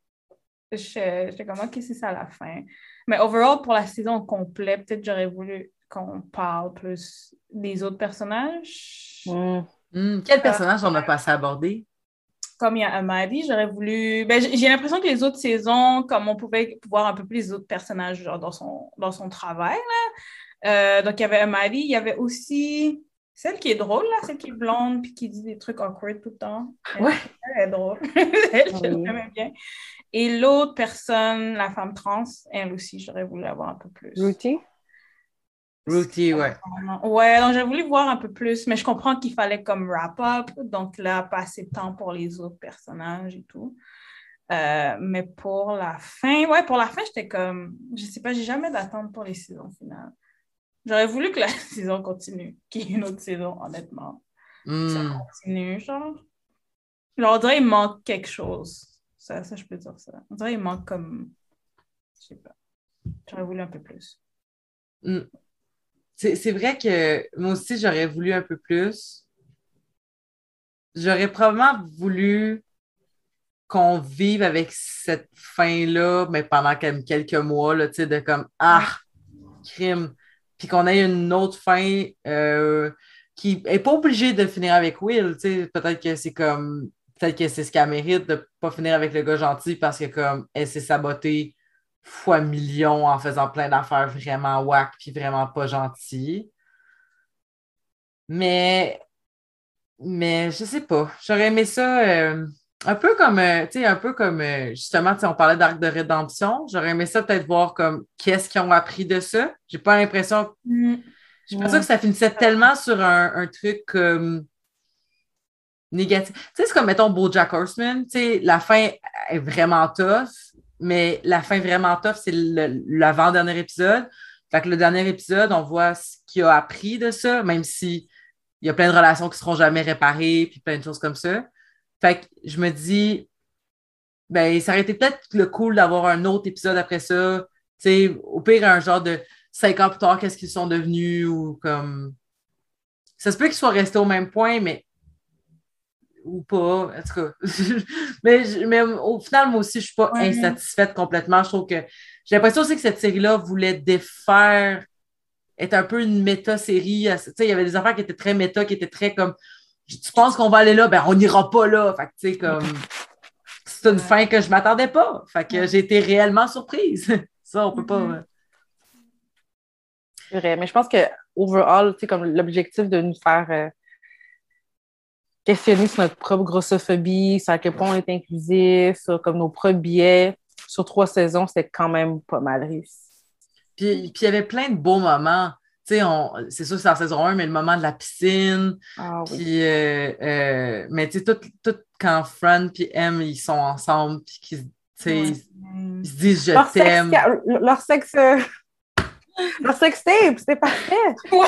J'étais comme, OK, c'est ça la fin. Mais overall, pour la saison complète, peut-être j'aurais voulu qu'on parle plus des autres personnages. Mm. Mm. Quel personnage euh, on n'a pas assez abordé? Comme il y a Amadi, j'aurais voulu... Ben, j'ai l'impression que les autres saisons, comme on pouvait voir un peu plus les autres personnages genre, dans, son, dans son travail. Là. Euh, donc, il y avait Amadi, il y avait aussi celle qui est drôle, là, celle qui est blonde puis qui dit des trucs awkward tout le temps. Elle, ouais. elle est drôle. elle, oui. je l'aimais bien. Et l'autre personne, la femme trans, elle aussi, j'aurais voulu avoir un peu plus. Ruthie? Ruthie, ouais. Ouais, donc j'ai voulu voir un peu plus, mais je comprends qu'il fallait comme wrap-up, donc là, pas assez de temps pour les autres personnages et tout. Euh, mais pour la fin, ouais, pour la fin, j'étais comme, je sais pas, j'ai jamais d'attente pour les saisons finales. J'aurais voulu que la saison continue, qu'il y ait une autre saison, honnêtement. Mm. Ça continue, genre. Genre, on dirait qu'il manque quelque chose. Ça, ça, je peux dire ça. On dirait qu'il manque comme, je sais pas. J'aurais voulu un peu plus. Mm. C'est vrai que moi aussi, j'aurais voulu un peu plus. J'aurais probablement voulu qu'on vive avec cette fin-là, mais pendant comme quelques mois, là, tu sais, de comme « Ah, crime! » Puis qu'on ait une autre fin euh, qui n'est pas obligée de finir avec Will, tu sais. Peut-être que c'est comme... Peut-être que c'est ce qu'elle mérite de ne pas finir avec le gars gentil parce que comme elle s'est sabotée fois million en faisant plein d'affaires vraiment whack puis vraiment pas gentilles. Mais, mais je sais pas. J'aurais aimé ça euh, un peu comme, euh, tu sais, un peu comme, euh, justement, on parlait d'arc de rédemption. J'aurais aimé ça peut-être voir comme qu'est-ce qu'ils ont appris de ça. J'ai pas l'impression. Mm. J'ai l'impression que ça finissait tellement sur un, un truc comme négatif. Tu sais, c'est comme, mettons, BoJack Horseman. Tu sais, la fin est vraiment tough, mais la fin vraiment tough, c'est l'avant-dernier épisode. Fait que le dernier épisode, on voit ce qu'il a appris de ça, même si il y a plein de relations qui ne seront jamais réparées, puis plein de choses comme ça. Fait que je me dis, ben, ça aurait été peut-être le cool d'avoir un autre épisode après ça. Tu sais, au pire, un genre de cinq ans plus tard, qu'est-ce qu'ils sont devenus, ou comme... Ça se peut qu'ils soient restés au même point, mais... Ou pas, en tout cas. mais, mais au final, moi aussi, je ne suis pas ouais. insatisfaite complètement. Je trouve que... J'ai l'impression aussi que cette série-là voulait défaire... être un peu une méta-série. Tu sais, il y avait des affaires qui étaient très méta, qui étaient très comme tu penses qu'on va aller là, ben on n'ira pas là. Fait que tu sais, comme c'est une fin que je m'attendais pas. Fait que j'ai été réellement surprise. Ça, on peut pas. Mm-hmm. C'est vrai, mais je pense que overall, tu sais, comme l'objectif de nous faire euh, questionner sur notre propre grossophobie, sur à quel point on est inclusif, sur comme nos propres biais, sur trois saisons, c'était quand même pas mal réussi. Puis, puis il y avait plein de beaux moments. Tu sais, c'est sûr que c'est en saison un, mais le moment de la piscine. Ah, oui. Puis, euh, euh, mais tu sais, tout, tout quand Fran et M, ils sont ensemble, puis qu'ils ouais. ils se disent « je t'aime ». Leur sexe... Leur sextape, c'était parfait. Ouais,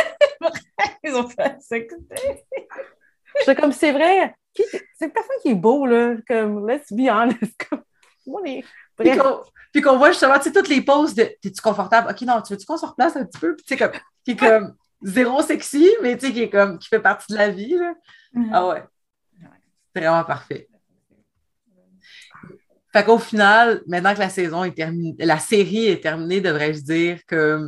ils ont fait un sextape. J'étais comme, c'est vrai. Qui... C'est une personne qui est beau, là. Comme, let's be honest. Comme, on est... Puis qu'on, puis qu'on voit justement, tu sais, toutes les poses de « T'es-tu confortable? OK, non, tu veux-tu qu'on se replace un petit peu? » Puis tu sais, comme, qui est comme zéro sexy, mais tu sais, qui est comme, qui fait partie de la vie, là. Mm-hmm. Ah ouais. C'est vraiment parfait. Fait qu'au final, maintenant que la saison est terminée, la série est terminée, devrais-je dire que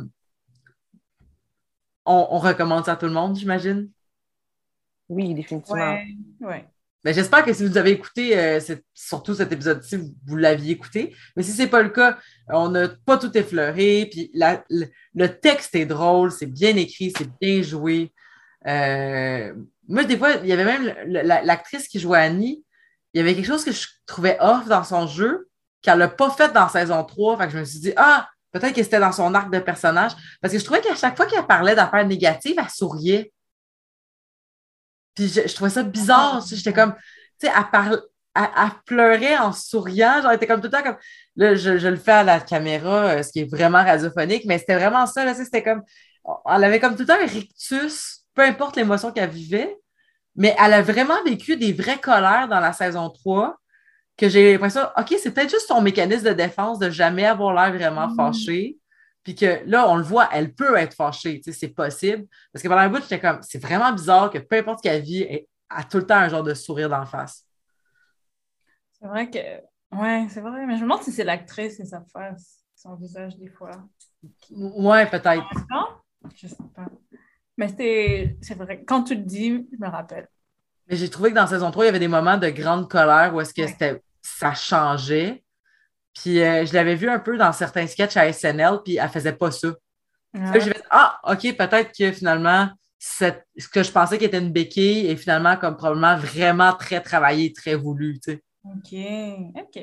on, on recommande ça à tout le monde, j'imagine? Oui, définitivement. Ouais, ouais. Ben, j'espère que si vous avez écouté, euh, cette, surtout cet épisode-ci, vous, vous l'aviez écouté. Mais si ce n'est pas le cas, on n'a pas tout effleuré. Puis la, le, le texte est drôle, c'est bien écrit, c'est bien joué. Euh, moi, des fois, il y avait même l'actrice qui jouait Annie. Il y avait quelque chose que je trouvais off dans son jeu, qu'elle n'a pas fait dans saison trois. Fait que je me suis dit, ah, peut-être que c'était dans son arc de personnage. Parce que je trouvais qu'à chaque fois qu'elle parlait d'affaires négatives, elle souriait. Puis je, je trouvais ça bizarre. J'étais comme, tu sais, elle, parle, elle, elle pleurait en souriant. Genre, elle était comme tout le temps comme. Là, je, je le fais à la caméra, euh, ce qui est vraiment radiophonique, mais c'était vraiment ça. Là, c'était comme. Elle avait comme tout le temps un rictus, peu importe l'émotion qu'elle vivait, mais elle a vraiment vécu des vraies colères dans la saison trois que j'ai l'impression, OK, c'est peut-être juste son mécanisme de défense de jamais avoir l'air vraiment fâché. Puis que là, on le voit, elle peut être fâchée, tu sais, c'est possible. Parce que pendant un bout, j'étais comme, c'est vraiment bizarre que peu importe ce qu'elle vit, elle a tout le temps un genre de sourire d'en face. C'est vrai que. Ouais, c'est vrai, mais je me demande si c'est l'actrice et sa face, son visage, des fois. Ouais, peut-être. Non? Je sais pas. Mais c'était. C'est vrai, quand tu le dis, je me rappelle. Mais j'ai trouvé que dans saison trois, il y avait des moments de grande colère où est-ce que Ouais. c'était, ça changeait. Puis euh, je l'avais vu un peu dans certains sketchs à S N L, puis elle faisait pas ça. Ouais. J'ai fait, ah, OK, peut-être que finalement, cette, ce que je pensais qui était une béquille est finalement comme probablement vraiment très travaillé, très voulu, tu sais. OK. OK.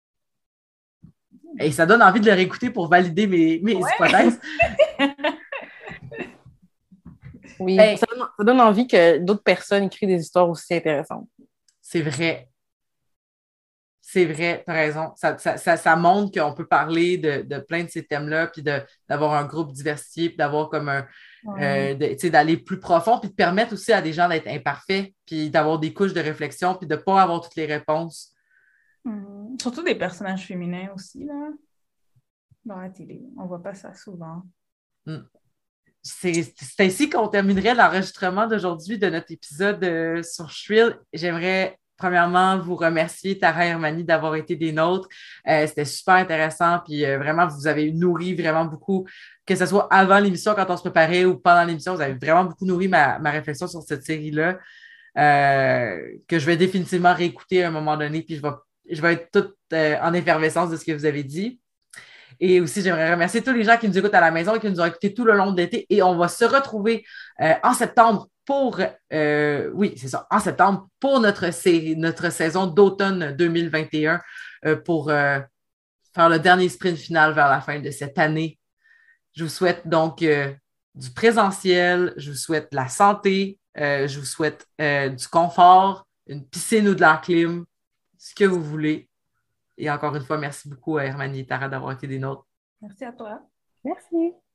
Et ça donne envie de le réécouter pour valider mes, mes Ouais. hypothèses. Oui, Ben, ça, donne, ça donne envie que d'autres personnes écrivent des histoires aussi intéressantes. c'est vrai. C'est vrai, tu as raison. Ça, ça, ça, ça montre qu'on peut parler de, de plein de ces thèmes-là, puis de, d'avoir un groupe diversifié, puis d'avoir comme un. Ouais. Euh, de, tu sais, d'aller plus profond, puis de permettre aussi à des gens d'être imparfaits, puis d'avoir des couches de réflexion, puis de ne pas avoir toutes les réponses. Mhm. Surtout des personnages féminins aussi, là, dans la télé. On voit pas ça souvent. Mm. C'est, c'est ainsi qu'on terminerait l'enregistrement d'aujourd'hui de notre épisode euh, sur Shrill. J'aimerais premièrement vous remercier, Tara et Hermanie, d'avoir été des nôtres. Euh, c'était super intéressant, puis euh, vraiment, vous avez nourri vraiment beaucoup, que ce soit avant l'émission, quand on se préparait, ou pendant l'émission, vous avez vraiment beaucoup nourri ma, ma réflexion sur cette série-là, euh, que je vais définitivement réécouter à un moment donné, puis je vais, je vais être toute euh, en effervescence de ce que vous avez dit. Et aussi, j'aimerais remercier tous les gens qui nous écoutent à la maison et qui nous ont écoutés tout le long de l'été. Et on va se retrouver euh, en septembre pour, euh, oui, c'est ça, en septembre pour notre série, notre saison d'automne deux mille vingt et un euh, pour euh, faire le dernier sprint final vers la fin de cette année. Je vous souhaite donc euh, du présentiel, je vous souhaite la santé, euh, je vous souhaite euh, du confort, une piscine ou de la clim, ce que vous voulez. Et encore une fois, merci beaucoup à Hermanie et Tara d'avoir été des nôtres. Merci à toi. Merci.